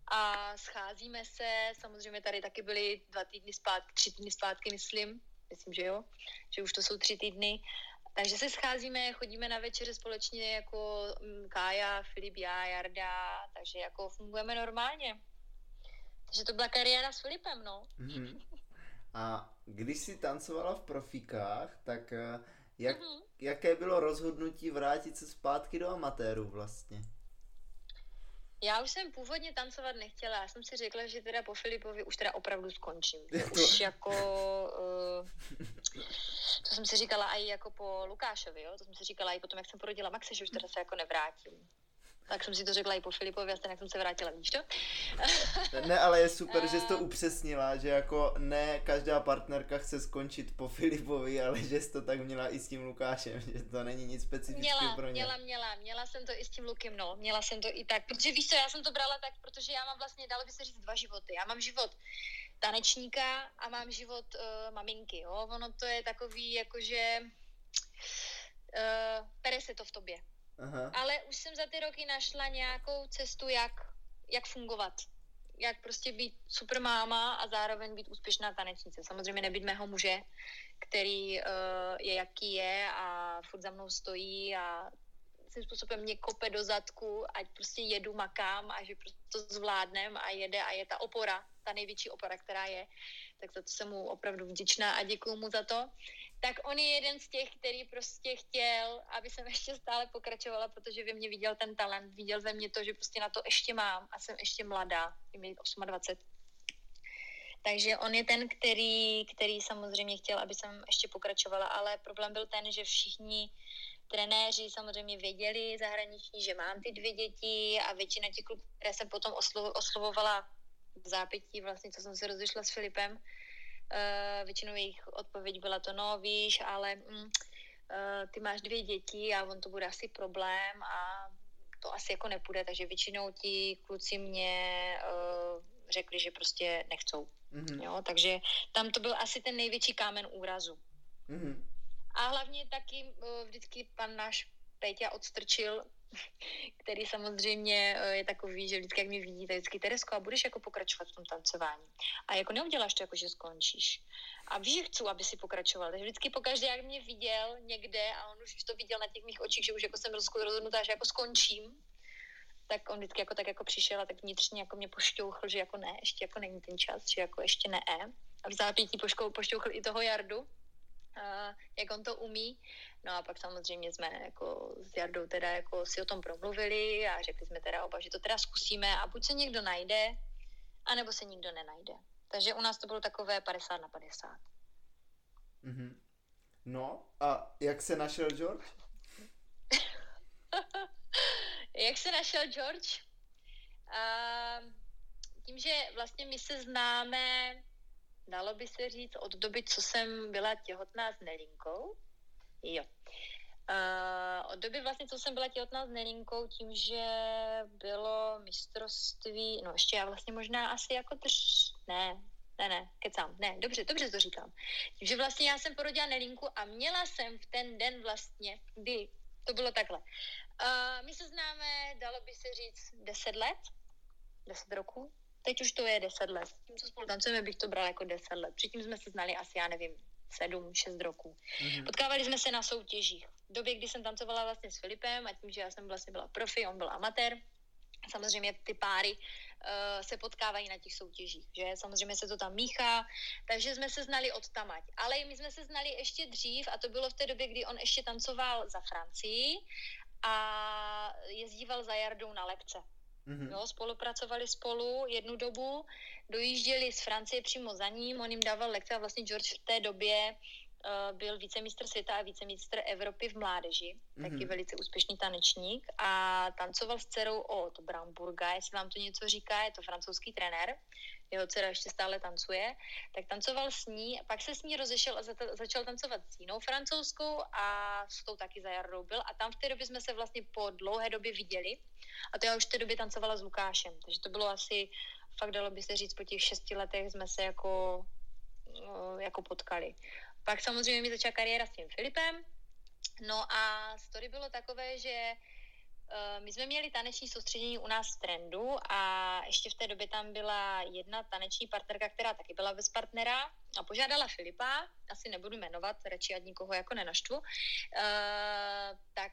a scházíme se, samozřejmě tady taky byly dva týdny zpátky, tři týdny zpátky, myslím, myslím, že jo, že už to jsou tři týdny, takže se scházíme, chodíme na večeře společně jako Kája, Filip, já, Jarda, takže jako fungujeme normálně. Takže to byla kariéra s Filipem, no. Mm-hmm. A když jsi tancovala v profíkách, tak jak, mm-hmm. jaké bylo rozhodnutí vrátit se zpátky do amatéru vlastně? Já už jsem původně tancovat nechtěla, já jsem si řekla, že teda po Filipovi už teda opravdu skončím. To... Už jako, uh, to jsem si říkala i jako po Lukášovi, jo? To jsem si říkala i potom, jak jsem porodila Maxe, že už teda se jako nevrátím. Tak jsem si to řekla i po Filipovi a stejně jsem se vrátila, víš to? Ne, ale je super, že jsi to upřesnila, že jako ne každá partnerka chce skončit po Filipovi, ale že jsi to tak měla i s tím Lukášem, že to není nic specifického pro ně. Měla, měla, měla jsem to i s tím Lukem, no, měla jsem to i tak, protože víš co, já jsem to brala tak, protože já mám vlastně, dalo by se říct, dva životy. Já mám život tanečníka a mám život uh, maminky, jo, ono to je takový, jakože uh, pere se to v tobě. Aha. Ale už jsem za ty roky našla nějakou cestu, jak, jak fungovat. Jak prostě být super máma a zároveň být úspěšná tanečnice. Samozřejmě nebýt mého muže, který uh, je jaký je a furt za mnou stojí a svým způsobem mě kope do zadku, ať prostě jedu, makám a že prostě to zvládnem a jede a je ta opora, ta největší opora, která je. Tak za to jsem mu opravdu vděčná a děkuju mu za to. Tak on je jeden z těch, který prostě chtěl, aby jsem ještě stále pokračovala, protože ve mně viděl ten talent, viděl ve mně to, že prostě na to ještě mám a jsem ještě mladá, je mi dvacet osm. Takže on je ten, který, který samozřejmě chtěl, aby jsem ještě pokračovala, ale problém byl ten, že všichni trenéři samozřejmě věděli zahraniční, že mám ty dvě děti a většina těch kluků, které jsem potom oslovo, oslovovala v zápětí, vlastně, co jsem se rozešla s Filipem, uh, většinou jejich odpověď byla to, no víš, ale mm, uh, ty máš dvě děti a on to bude asi problém a to asi jako nepůjde, takže většinou ti kluci mě uh, řekli, že prostě nechcou. Mm-hmm. Jo, takže tam to byl asi ten největší kámen úrazu. Mm-hmm. A hlavně taky uh, vždycky pan náš Péťa odstrčil, který samozřejmě uh, je takový, že vždycky, jak mě vidí, tak vždycky Teresko, a budeš jako pokračovat v tom tancování. A jako neuděláš to, jako že skončíš. A víš, že chci, aby si pokračoval. Takže vždycky pokaždé, jak mě viděl někde a on už to viděl na těch mých očích, že už jako jsem rozhodnutá, že jako skončím, tak on vždycky jako tak jako přišel a tak vnitřně jako mě pošťouchl, že jako ne, ještě jako není ten čas, že jako ještě ne. A v zápětí pošťouchl i toho Jardu, uh, jak on to umí. No a pak samozřejmě jsme jako s Jardou teda jako si o tom promluvili a řekli jsme teda oba, že to teda zkusíme a buď se někdo najde, anebo se nikdo nenajde. Takže u nás to bylo takové padesát na padesát. Mm-hmm. No a jak se našel George? Jak se našel George? Uh, tím, že vlastně my se známe, dalo by se říct, od doby, co jsem byla těhotná s Nelinkou. Jo. Uh, od doby vlastně, co jsem byla těhotná s Nelinkou, tím, že bylo mistrovství, no ještě já vlastně možná asi jako drž... Ne, ne, ne, kecám, ne, dobře, dobře to říkám. Tím, že vlastně já jsem porodila Nelinku a měla jsem v ten den vlastně, kdy to bylo takhle. Uh, my se známe, dalo by se říct, deset let, deset roků. Teď už to je deset let. Tím, co spolu tancujeme, bych to brala jako deset let. Předtím jsme se znali asi, já nevím, sedm, šest roků. Mm-hmm. Potkávali jsme se na soutěžích. V době, kdy jsem tancovala vlastně s Filipem a tím, že já jsem vlastně byla profi, on byl amatér, samozřejmě ty páry uh, se potkávají na těch soutěžích, že? Samozřejmě se to tam míchá, takže jsme se znali od tamať. Ale my jsme se znali ještě dřív a to bylo v té době, kdy on ještě tancoval za Francii a jezdíval za Jardou na lekce. Mm-hmm. Jo, spolupracovali spolu jednu dobu, dojížděli z Francie přímo za ním, on jim dával lekce a vlastně George v té době uh, byl vicemistr světa a vicemistr Evropy v mládeži, mm-hmm. taky velice úspěšný tanečník a tancoval s dcerou od Bramburga, jestli vám to něco říká, je to francouzský trenér, jeho dcera ještě stále tancuje, tak tancoval s ní, pak se s ní rozešel a za- začal tancovat s jinou francouzskou a s tou taky za Jardou byl a tam v té době jsme se vlastně po dlouhé době viděli a to já už v té době tancovala s Lukášem, takže to bylo asi, fakt dalo by se říct, po těch šesti letech jsme se jako, jako potkali. Pak samozřejmě mi začala kariéra s tím Filipem, no a story bylo takové, že my jsme měli taneční soustředění u nás v Trendu a ještě v té době tam byla jedna taneční partnerka, která taky byla bez partnera a požádala Filipa, asi nebudu jmenovat, radši ať nikoho jako nenaštvu, uh, tak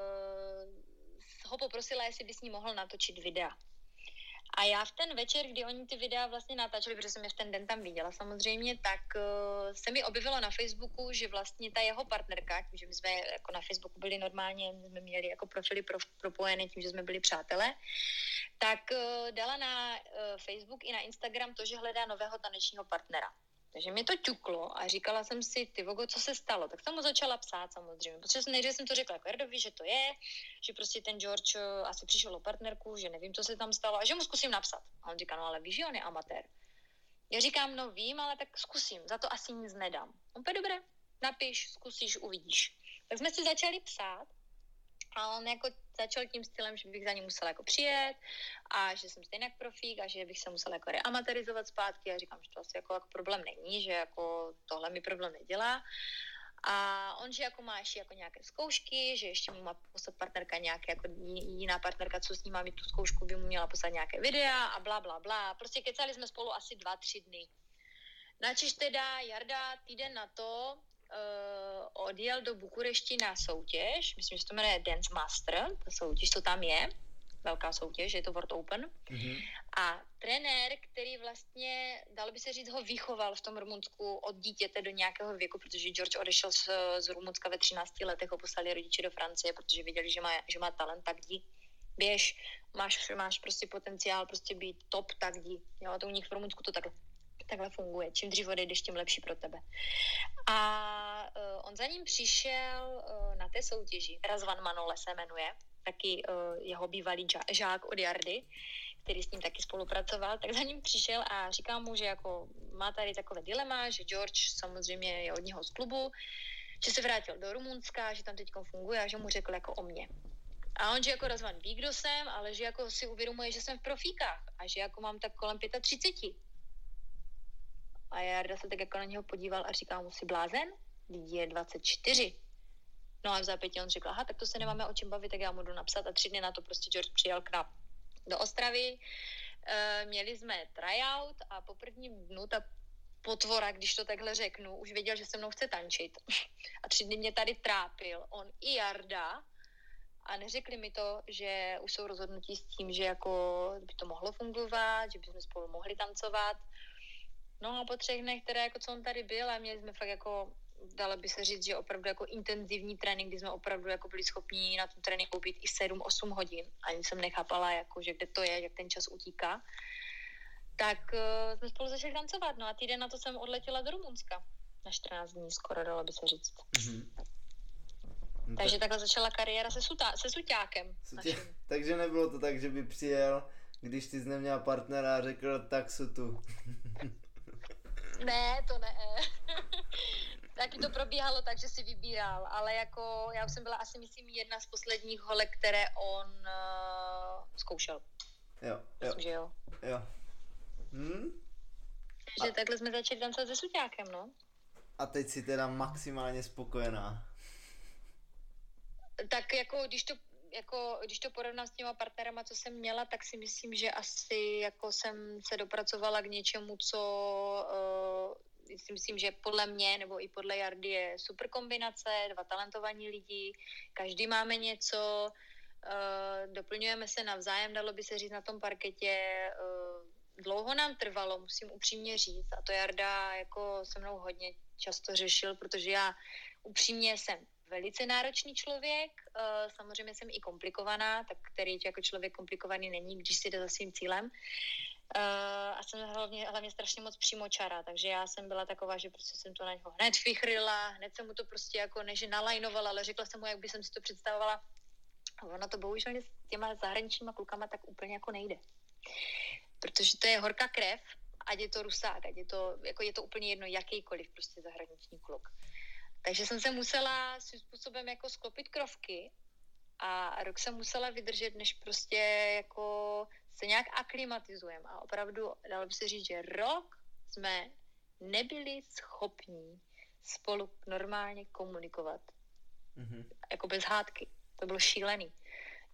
uh, ho poprosila, jestli by s ní mohl natočit videa. A já v ten večer, kdy oni ty videa vlastně natáčeli, protože jsem je v ten den tam viděla samozřejmě, tak uh, se mi objevilo na Facebooku, že vlastně ta jeho partnerka, tím, že my jsme jako na Facebooku byli normálně, my jsme měli jako profily pro, propojené tím, že jsme byli přátelé, tak uh, dala na uh, Facebook i na Instagram to, že hledá nového tanečního partnera. Takže mi to ťuklo a říkala jsem si, ty vogo, co se stalo? Tak jsem mu začala psát samozřejmě, protože nejdřív jsem to řekla jako Jardovi, že to je, že prostě ten George asi přišel o partnerku, že nevím, co se tam stalo a že mu zkusím napsat. A on říká, no ale víš, že on je amatér. Já říkám, no vím, ale tak zkusím, za to asi nic nedám. On půjde dobré, napiš, zkusíš, uvidíš. Tak jsme si začali psát a on jako začal tím stylem, že bych za ním musela jako přijet a že jsem stejně profík a že bych se musela jako reamaterizovat zpátky a říkám, že to asi jako, jako problém není, že jako tohle mi problém nedělá. A on, že jako má ještě jako nějaké zkoušky, že ještě mu má poslat partnerka nějaké, jako jiná partnerka, co s ním má mít tu zkoušku, by mu měla poslat nějaké videa a bla, bla, bla. Prostě kecali jsme spolu asi dva, tři dny. Načež teda Jarda týden na to Uh, odjel do Bukurešti na soutěž, myslím, že se to jmenuje Dance Master, ta soutěž, to tam je, velká soutěž, je to World Open. Mm-hmm. A trenér, který vlastně, dalo by se říct, ho vychoval v tom Rumunsku od dítěte do nějakého věku, protože George odešel z, z Rumunska ve třinácti letech, ho poslali rodiče do Francie, protože viděli, že má, že má talent, tak jdi, běž, máš, máš prostě potenciál prostě být top, tak jdi. Jo, a to u nich v Rumunsku to takhle takhle funguje. Čím dřív odejdeš, tím lepší pro tebe. A uh, on za ním přišel uh, na té soutěži, Razvan Manole se jmenuje, taky uh, jeho bývalý žák od Jardy, který s ním taky spolupracoval, tak za ním přišel a říká mu, že jako má tady takové dilema, že George samozřejmě je od něho z klubu, že se vrátil do Rumunska, že tam teď funguje a že mu řekl jako o mě. A on, že jako Razvan ví, kdo jsem, ale že jako si uvědomuje, že jsem v profíkách a že jako mám tak kolem třicet pět. A Jarda se tak jako na něho podíval a říkal mu, si blázen? Lidi je dvacet čtyři. No a v zápětí on řekl, aha, tak to se nemáme o čem bavit, tak já mu jdu napsat a tři dny na to prostě George přijel k nám do Ostravy. E, měli jsme tryout a po prvním dnu ta potvora, když to takhle řeknu, už věděl, že se mnou chce tančit. A tři dny mě tady trápil, on i Jarda. A neřekli mi to, že už jsou rozhodnutí s tím, že jako by to mohlo fungovat, že bychom spolu mohli tancovat. No a po třech dnech, teda jako co on tady byl a měli jsme fakt jako, dalo by se říct, že opravdu jako intenzivní trénink, kdy jsme opravdu jako byli schopni na tom tréninku být i sedm osm hodin. Ani jsem nechápala, jako, že kde to je, jak ten čas utíká. Tak uh, jsme spolu začali tancovat, no a týden na to jsem odletěla do Rumunska. Na čtrnáct dní skoro, dalo by se říct. Mm-hmm. No takže tak... takhle začala kariéra se, suta, se suťákem. Sutě... Takže nebylo to tak, že by přijel, když jsi neměla partnera a řekl, tak jsou tu. Ne, to ne. Taky to probíhalo tak, že si vybíral, ale jako já jsem byla asi, myslím, jedna z posledních holek, které on uh, zkoušel. Jo, myslím, že jo. Jo. Hm? Takže a... takhle jsme začali tancovat se suťákem, no. A teď jsi teda maximálně spokojená. Tak jako když to jako, když to porovnám s těma partnerama, co jsem měla, tak si myslím, že asi jako jsem se dopracovala k něčemu, co uh, si myslím, že podle mě, nebo i podle Jardy je super kombinace, dva talentovaní lidi, každý máme něco, uh, doplňujeme se navzájem, dalo by se říct na tom parketě, uh, dlouho nám trvalo, musím upřímně říct, a to Jarda jako se mnou hodně často řešil, protože já upřímně jsem velice náročný člověk, uh, samozřejmě jsem i komplikovaná, tak který jako člověk komplikovaný není, když si jde za svým cílem. Uh, a jsem hlavně, hlavně strašně moc přímočara, takže já jsem byla taková, že prostě jsem to na něho hned vychrila, hned jsem mu to prostě jako neže nalajnovala, ale řekla jsem mu, jak by jsem si to představovala. A ono to bohužel s těma zahraničníma klukama tak úplně jako nejde. Protože to je horká krev, ať je to Rusák, ať je to, jako je to úplně jedno, jakýkoliv prostě zahraniční kluk. Takže jsem se musela svým způsobem jako sklopit krovky a rok jsem musela vydržet, než prostě jako se nějak aklimatizujeme. A opravdu, dalo by se říct, že rok jsme nebyli schopní spolu normálně komunikovat. Mm-hmm. Jako bez hádky. To bylo šílený.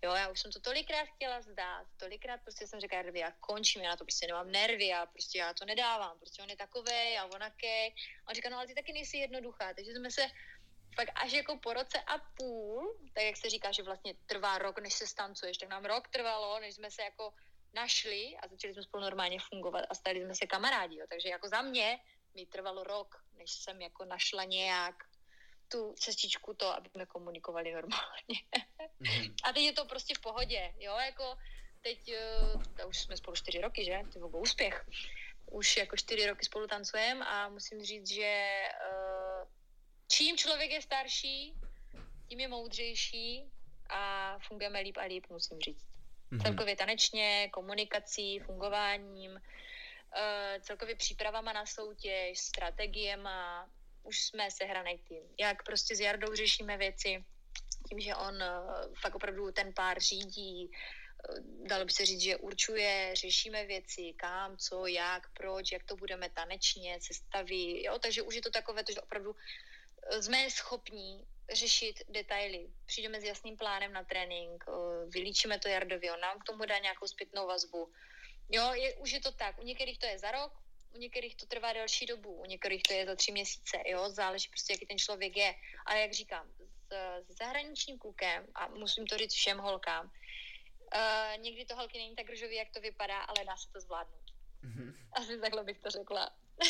Jo, já už jsem to tolikrát chtěla zdát, tolikrát prostě jsem řekla, já končím, já na to prostě nemám nervy, já prostě já to nedávám, prostě on je takovej a onakej. A on říká, no ale ty taky nejsi jednoduchá, takže jsme se fakt až jako po roce a půl, tak jak se říká, že vlastně trvá rok, než se stancuješ, tak nám rok trvalo, než jsme se jako našli a začali jsme spolu normálně fungovat a stali jsme se kamarádi, jo. Takže jako za mě mi trvalo rok, než jsem jako našla nějak tu cestičku to, aby jsme komunikovali normálně. Mm. A teď je to prostě v pohodě, jo, jako teď, uh, už jsme spolu čtyři roky, že? To byl úspěch. Už jako čtyři roky spolu tancujeme a musím říct, že uh, čím člověk je starší, tím je moudřejší a fungujeme líp a líp, musím říct. Mm-hmm. Celkově tanečně, komunikací, fungováním, uh, celkově přípravama na soutěž, strategiema, už jsme sehraný tým. Jak prostě s Jardou řešíme věci, tím, že on uh, fakt opravdu ten pár řídí, uh, dalo by se říct, že určuje, řešíme věci, kam, co, jak, proč, jak to budeme tanečně, sestaví, jo, takže už je to takové, to, že opravdu jsme schopní řešit detaily. Přijdeme s jasným plánem na trénink, vylíčíme to Jardovi, on nám k tomu dá nějakou zpětnou vazbu. Jo, je, už je to tak. U některých to je za rok, u některých to trvá delší dobu, u některých to je za tři měsíce, jo, záleží prostě, jaký ten člověk je. Ale jak říkám, s, s zahraničním klukem, a musím to říct všem holkám, uh, někdy to holky není tak růžový, jak to vypadá, ale dá se to zvládnout. Mm-hmm. Asi takhle bych to řekla.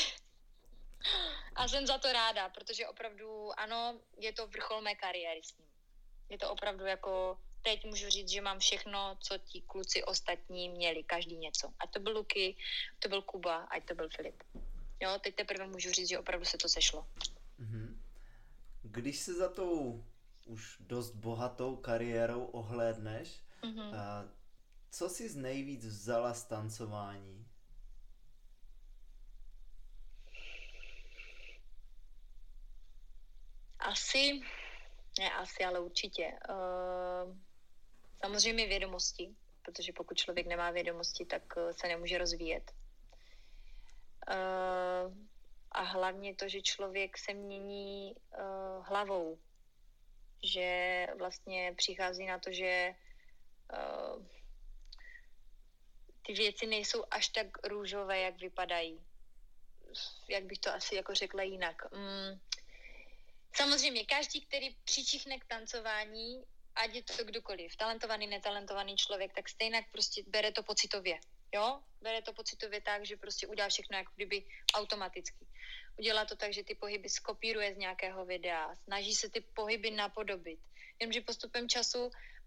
A jsem za to ráda, protože opravdu, ano, je to vrchol mé kariéry s ním. Je to opravdu jako, teď můžu říct, že mám všechno, co ti kluci ostatní měli, každý něco. Ať to byl Luky, ať to byl Kuba, ať to byl Filip. Jo, teď teprve můžu říct, že opravdu se to sešlo. Když se za tou už dost bohatou kariérou ohlédneš, mm-hmm. a co jsi nejvíc vzala z tancování? Asi, ne asi, ale určitě. Uh, samozřejmě vědomosti, protože pokud člověk nemá vědomosti, tak uh, se nemůže rozvíjet. Uh, a hlavně to, že člověk se mění uh, hlavou. Že vlastně přichází na to, že uh, ty věci nejsou až tak růžové, jak vypadají. Jak bych to asi jako řekla jinak. Um, Samozřejmě, každý, který přičichne k tancování, ať je to kdokoliv, talentovaný, netalentovaný člověk, tak stejně prostě bere to pocitově, jo? Bere to pocitově tak, že prostě udělá všechno jako kdyby automaticky. Udělá to tak, že ty pohyby skopíruje z nějakého videa, snaží se ty pohyby napodobit. Jenomže postupem času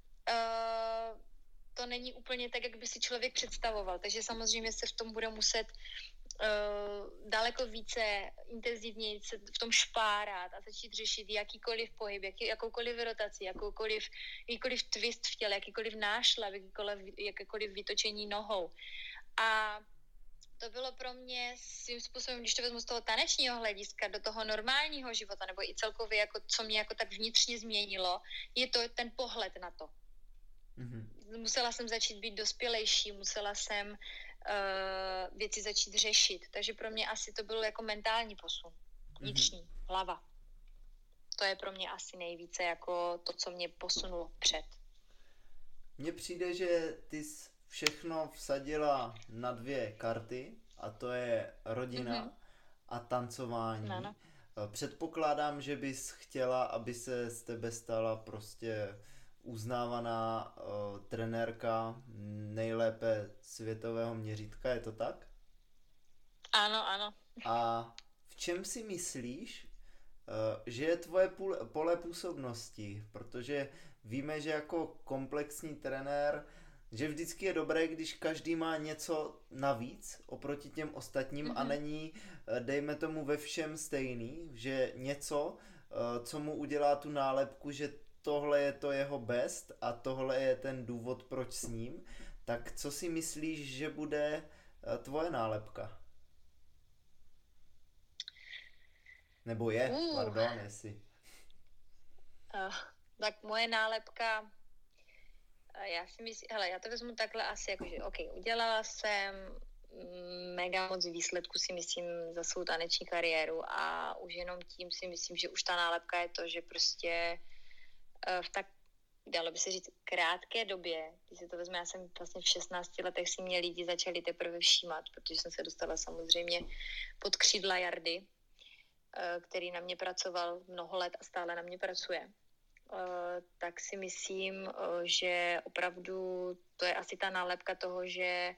uh, to není úplně tak, jak by si člověk představoval, takže samozřejmě se v tom bude muset Uh, daleko více intenzivněji se v tom špárat a začít řešit jakýkoliv pohyb, jaký, jakoukoliv rotaci, jakoukoliv, jakýkoliv twist v těle, jakýkoliv nášlap, jakýkoliv, jakékoliv vytočení nohou. A to bylo pro mě svým způsobem, když to vezmu z toho tanečního hlediska do toho normálního života, nebo i celkově, jako, co mě jako tak vnitřně změnilo, je to ten pohled na to. Mm-hmm. Musela jsem začít být dospělejší, musela jsem Uh, věci začít řešit. Takže pro mě asi to byl jako mentální posun. Vnitřní, mm-hmm. hlava. To je pro mě asi nejvíce jako to, co mě posunulo před. Mně přijde, že ty jsi všechno vsadila na dvě karty a to je rodina mm-hmm. a tancování. No, no. Předpokládám, že bys chtěla, aby se z tebe stala prostě uznávaná uh, trenérka nejlépe světového měřítka, je to tak? Ano, ano. A v čem si myslíš, uh, že je tvoje půl, pole působnosti? Protože víme, že jako komplexní trenér, že vždycky je dobré, když každý má něco navíc oproti těm ostatním mm-hmm. a není, dejme tomu, ve všem stejný, že něco, uh, co mu udělá tu nálepku, že tohle je to jeho best a tohle je ten důvod, proč s ním, tak co si myslíš, že bude tvoje nálepka? Nebo je, uh. pardon, jestli. Uh, tak moje nálepka, uh, já si myslím, hele, já to vezmu takhle asi, jakože, ok, udělala jsem mega moc výsledku, si myslím, za svou taneční kariéru a už jenom tím si myslím, že už ta nálepka je to, že prostě v tak dalo by se říct, krátké době, když se to vezme, já jsem vlastně v šestnácti letech si mě lidi začali teprve všímat, protože jsem se dostala samozřejmě pod křídla Jardy, který na mě pracoval mnoho let a stále na mě pracuje. Tak si myslím, že opravdu to je asi ta nálepka toho, že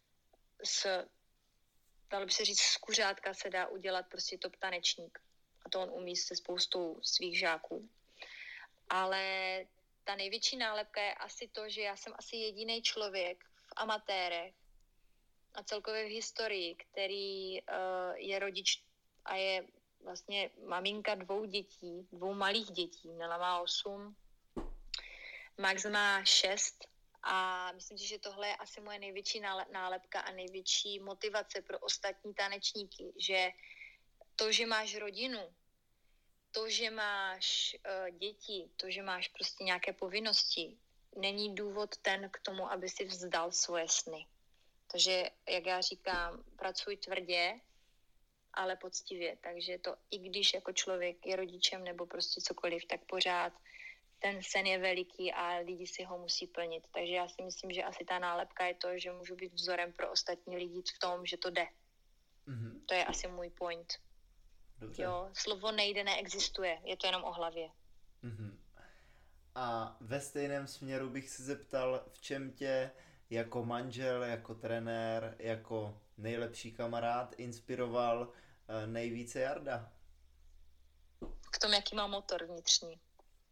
s, dalo by se říct, z kuřátka se dá udělat prostě top tanečník. A to on umí se spoustou svých žáků. Ale ta největší nálepka je asi to, že já jsem asi jediný člověk v amatérech a celkově v historii, který uh, je rodič a je vlastně maminka dvou dětí, dvou malých dětí. Nela má osm, Max má šest a myslím si, že tohle je asi moje největší nálepka a největší motivace pro ostatní tanečníky, že to, že máš rodinu, to, že máš uh, děti, to, že máš prostě nějaké povinnosti, není důvod ten k tomu, aby si vzdal svoje sny. Takže, jak já říkám, pracuj tvrdě, ale poctivě. Takže to, i když jako člověk je rodičem nebo prostě cokoliv, tak pořád ten sen je veliký a lidi si ho musí plnit. Takže já si myslím, že asi ta nálepka je to, že můžu být vzorem pro ostatní lidi v tom, že to jde. Mm-hmm. To je asi můj point. Dobře. Jo, slovo nejde neexistuje, je to jenom o hlavě. Mm-hmm. A ve stejném směru bych se zeptal, v čem tě jako manžel, jako trenér, jako nejlepší kamarád inspiroval uh, nejvíce Jarda? V tom, jaký má motor vnitřní.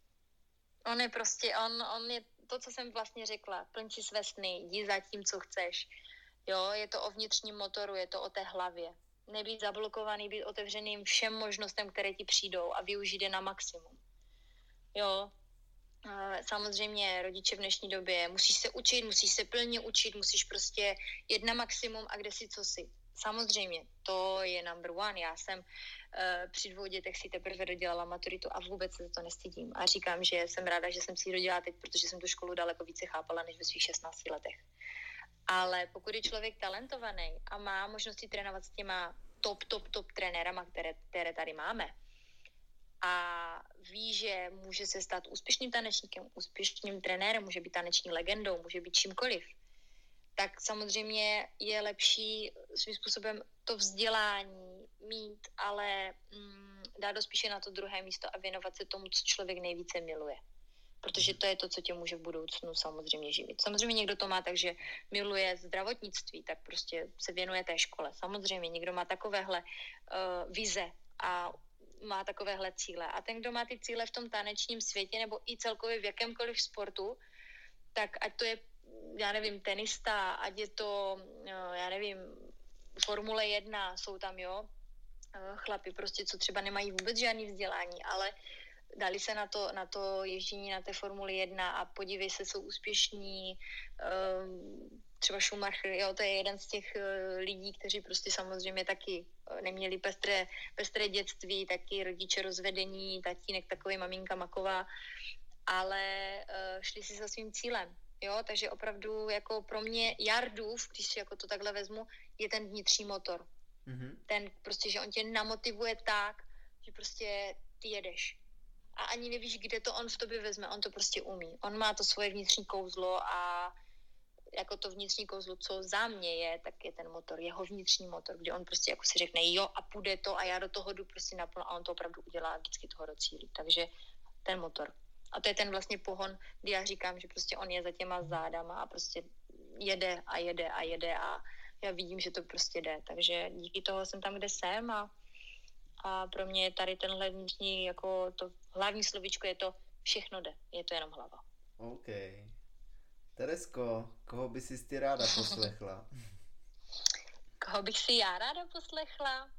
On je prostě, on, on je to, co jsem vlastně řekla, plň si své sny, jdi za tím, co chceš. Jo, je to o vnitřním motoru, je to o té hlavě. Nebýt zablokovaný, být otevřeným všem možnostem, které ti přijdou a využít je na maximum. Jo, samozřejmě rodiče v dnešní době, musíš se učit, musíš se plně učit, musíš prostě jet na maximum a kde si, co si. Samozřejmě, to je number one. Já jsem uh, při dvou dětech si teprve dodělala maturitu a vůbec se za to nestydím. A říkám, že jsem ráda, že jsem si ji dodělala teď, protože jsem tu školu daleko více chápala, než ve svých šestnácti letech. Ale pokud je člověk talentovaný a má možnosti trénovat s těma top, top, top trenérama, které, které tady máme, a ví, že může se stát úspěšným tanečníkem, úspěšným trenérem, může být taneční legendou, může být čímkoliv, tak samozřejmě je lepší svým způsobem to vzdělání mít, ale mm, dát to spíše na to druhé místo a věnovat se tomu, co člověk nejvíce miluje. Protože to je to, co tě může v budoucnu samozřejmě živit. Samozřejmě někdo to má tak, že miluje zdravotnictví, tak prostě se věnuje té škole. Samozřejmě někdo má takovéhle uh, vize a má takovéhle cíle. A ten, kdo má ty cíle v tom tanečním světě nebo i celkově v jakémkoliv sportu, tak ať to je, já nevím, tenista, ať je to, já nevím, Formule jedna, jsou tam, jo, chlapi prostě, co třeba nemají vůbec žádný vzdělání, ale dali se na to, na to ježdění na té Formuli jedna a podívej se, jsou úspěšní, třeba Schumacher, jo, to je jeden z těch lidí, kteří prostě samozřejmě taky neměli pestré, pestré dětství, taky rodiče rozvedení, tatínek takový, maminka maková, ale šli si za svým cílem, jo, takže opravdu jako pro mě Jardův, když si jako to takhle vezmu, je ten vnitřní motor. Mm-hmm. Ten prostě, že on tě namotivuje tak, že prostě ty jedeš. A ani nevíš, kde to on v tobě vezme, on to prostě umí. On má to svoje vnitřní kouzlo a jako to vnitřní kouzlo, co za mě je, tak je ten motor, jeho vnitřní motor, kde on prostě jako si řekne jo a půjde to a já do toho jdu prostě naplno a on to opravdu udělá vždycky toho docílí. Takže ten motor. A to je ten vlastně pohon, kdy já říkám, že prostě on je za těma zádama a prostě jede a jede a jede a já vidím, že to prostě jde. Takže díky toho jsem tam, kde jsem a A pro mě je tady tenhle vnitřní, jako to hlavní slovíčko je to všechno jde, je to jenom hlava. OK. Teresko, koho by si ty ráda poslechla? Koho bych si já ráda poslechla?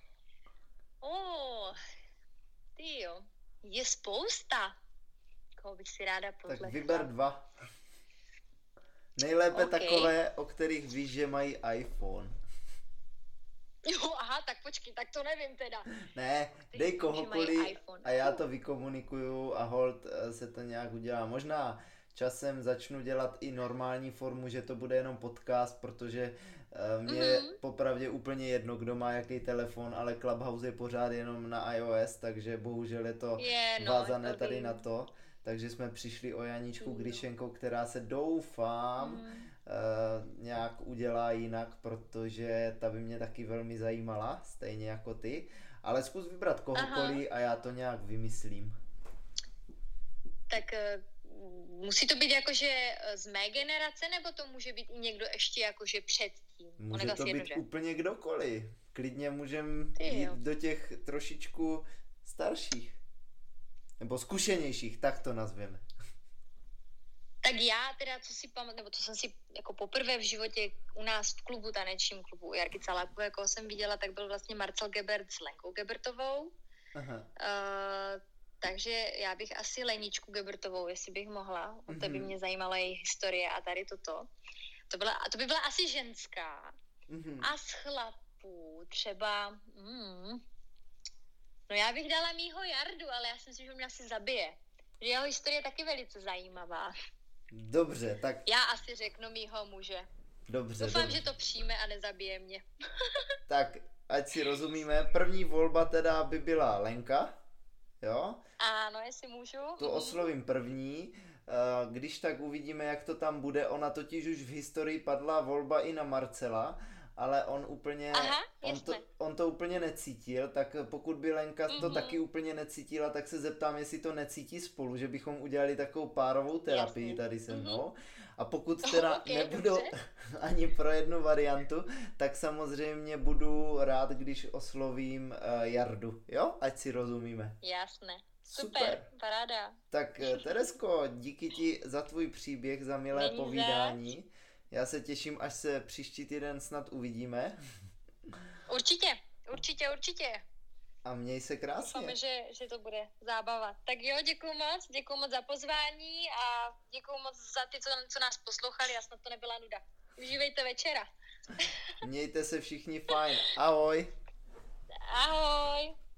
Oh, ty jo, je spousta. Koho bych si ráda poslechla? Tak vyber dva. Nejlépe okay. Takové, o kterých víš, že mají iPhone. Jo, aha, tak počkej, tak to nevím teda. Ne, dej kohokoliv a já to vykomunikuju a hold se to nějak udělá. Možná časem začnu dělat i normální formu, že to bude jenom podcast, protože mě mm-hmm. popravdě úplně jedno, kdo má jaký telefon, ale Clubhouse je pořád jenom na iOS, takže bohužel je to je, no, vázané to tady na to. takže jsme přišli o Janičku Gryšenko, která se doufám mm. uh, nějak udělá jinak, protože ta by mě taky velmi zajímala, stejně jako ty, ale zkus vybrat kohokoliv a já to nějak vymyslím. Tak musí to být jakože z mé generace, nebo to může být i někdo ještě jakože předtím? Může to být jednože. Úplně kdokoliv. Klidně můžem jít do těch trošičku starších. Nebo zkušenějších, tak to nazveme. Tak já teda, co si pamatuju, nebo co jsem si jako poprvé v životě u nás v klubu, tanečním klubu u Jarky Calákové, jako jsem viděla, tak byl vlastně Marcel Gebert s Lenkou Gebertovou. Aha. Uh, takže já bych asi Leničku Gebertovou, jestli bych mohla. O to by mě zajímala její historie a tady toto. To, byla, to by byla asi ženská. Mm-hmm. A z chlapů třeba... Mm, no já bych dala mýho Jardu, ale já si myslím, že mě asi zabije. Že jeho historie je taky velice zajímavá. Dobře, tak... Já asi řeknu mýho muže. Dobře, Doufám, dobře. že to přijme a nezabije mě. Tak, ať si rozumíme, první volba teda by byla Lenka, jo? Ano, jestli můžu. To oslovím první, když tak uvidíme, jak to tam bude. Ona totiž už v historii padla volba i na Marcela, ale on úplně, Aha, on, to, on to úplně necítil, tak pokud by Lenka mm-hmm. to taky úplně necítila, tak se zeptám, jestli to necítí spolu, že bychom udělali takovou párovou terapii Jasně. tady se mnou. Mm-hmm. A pokud teda okay, nebudou ani pro jednu variantu, tak samozřejmě budu rád, když oslovím uh, Jardu, jo? Ať si rozumíme. Jasné. Super, Super, paráda. Tak Teresko, díky ti za tvůj příběh, za milé Není povídání. Zač. Já se těším, až se příští týden snad uvidíme. Určitě, určitě, určitě. A měj se krásně. Doufáme, že, že to bude zábava. Tak jo, děkuju moc, děkuju moc za pozvání a děkuju moc za ty, co, co nás poslouchali a snad to nebyla nuda. Užívejte večera. Mějte se všichni fajn. Ahoj. Ahoj.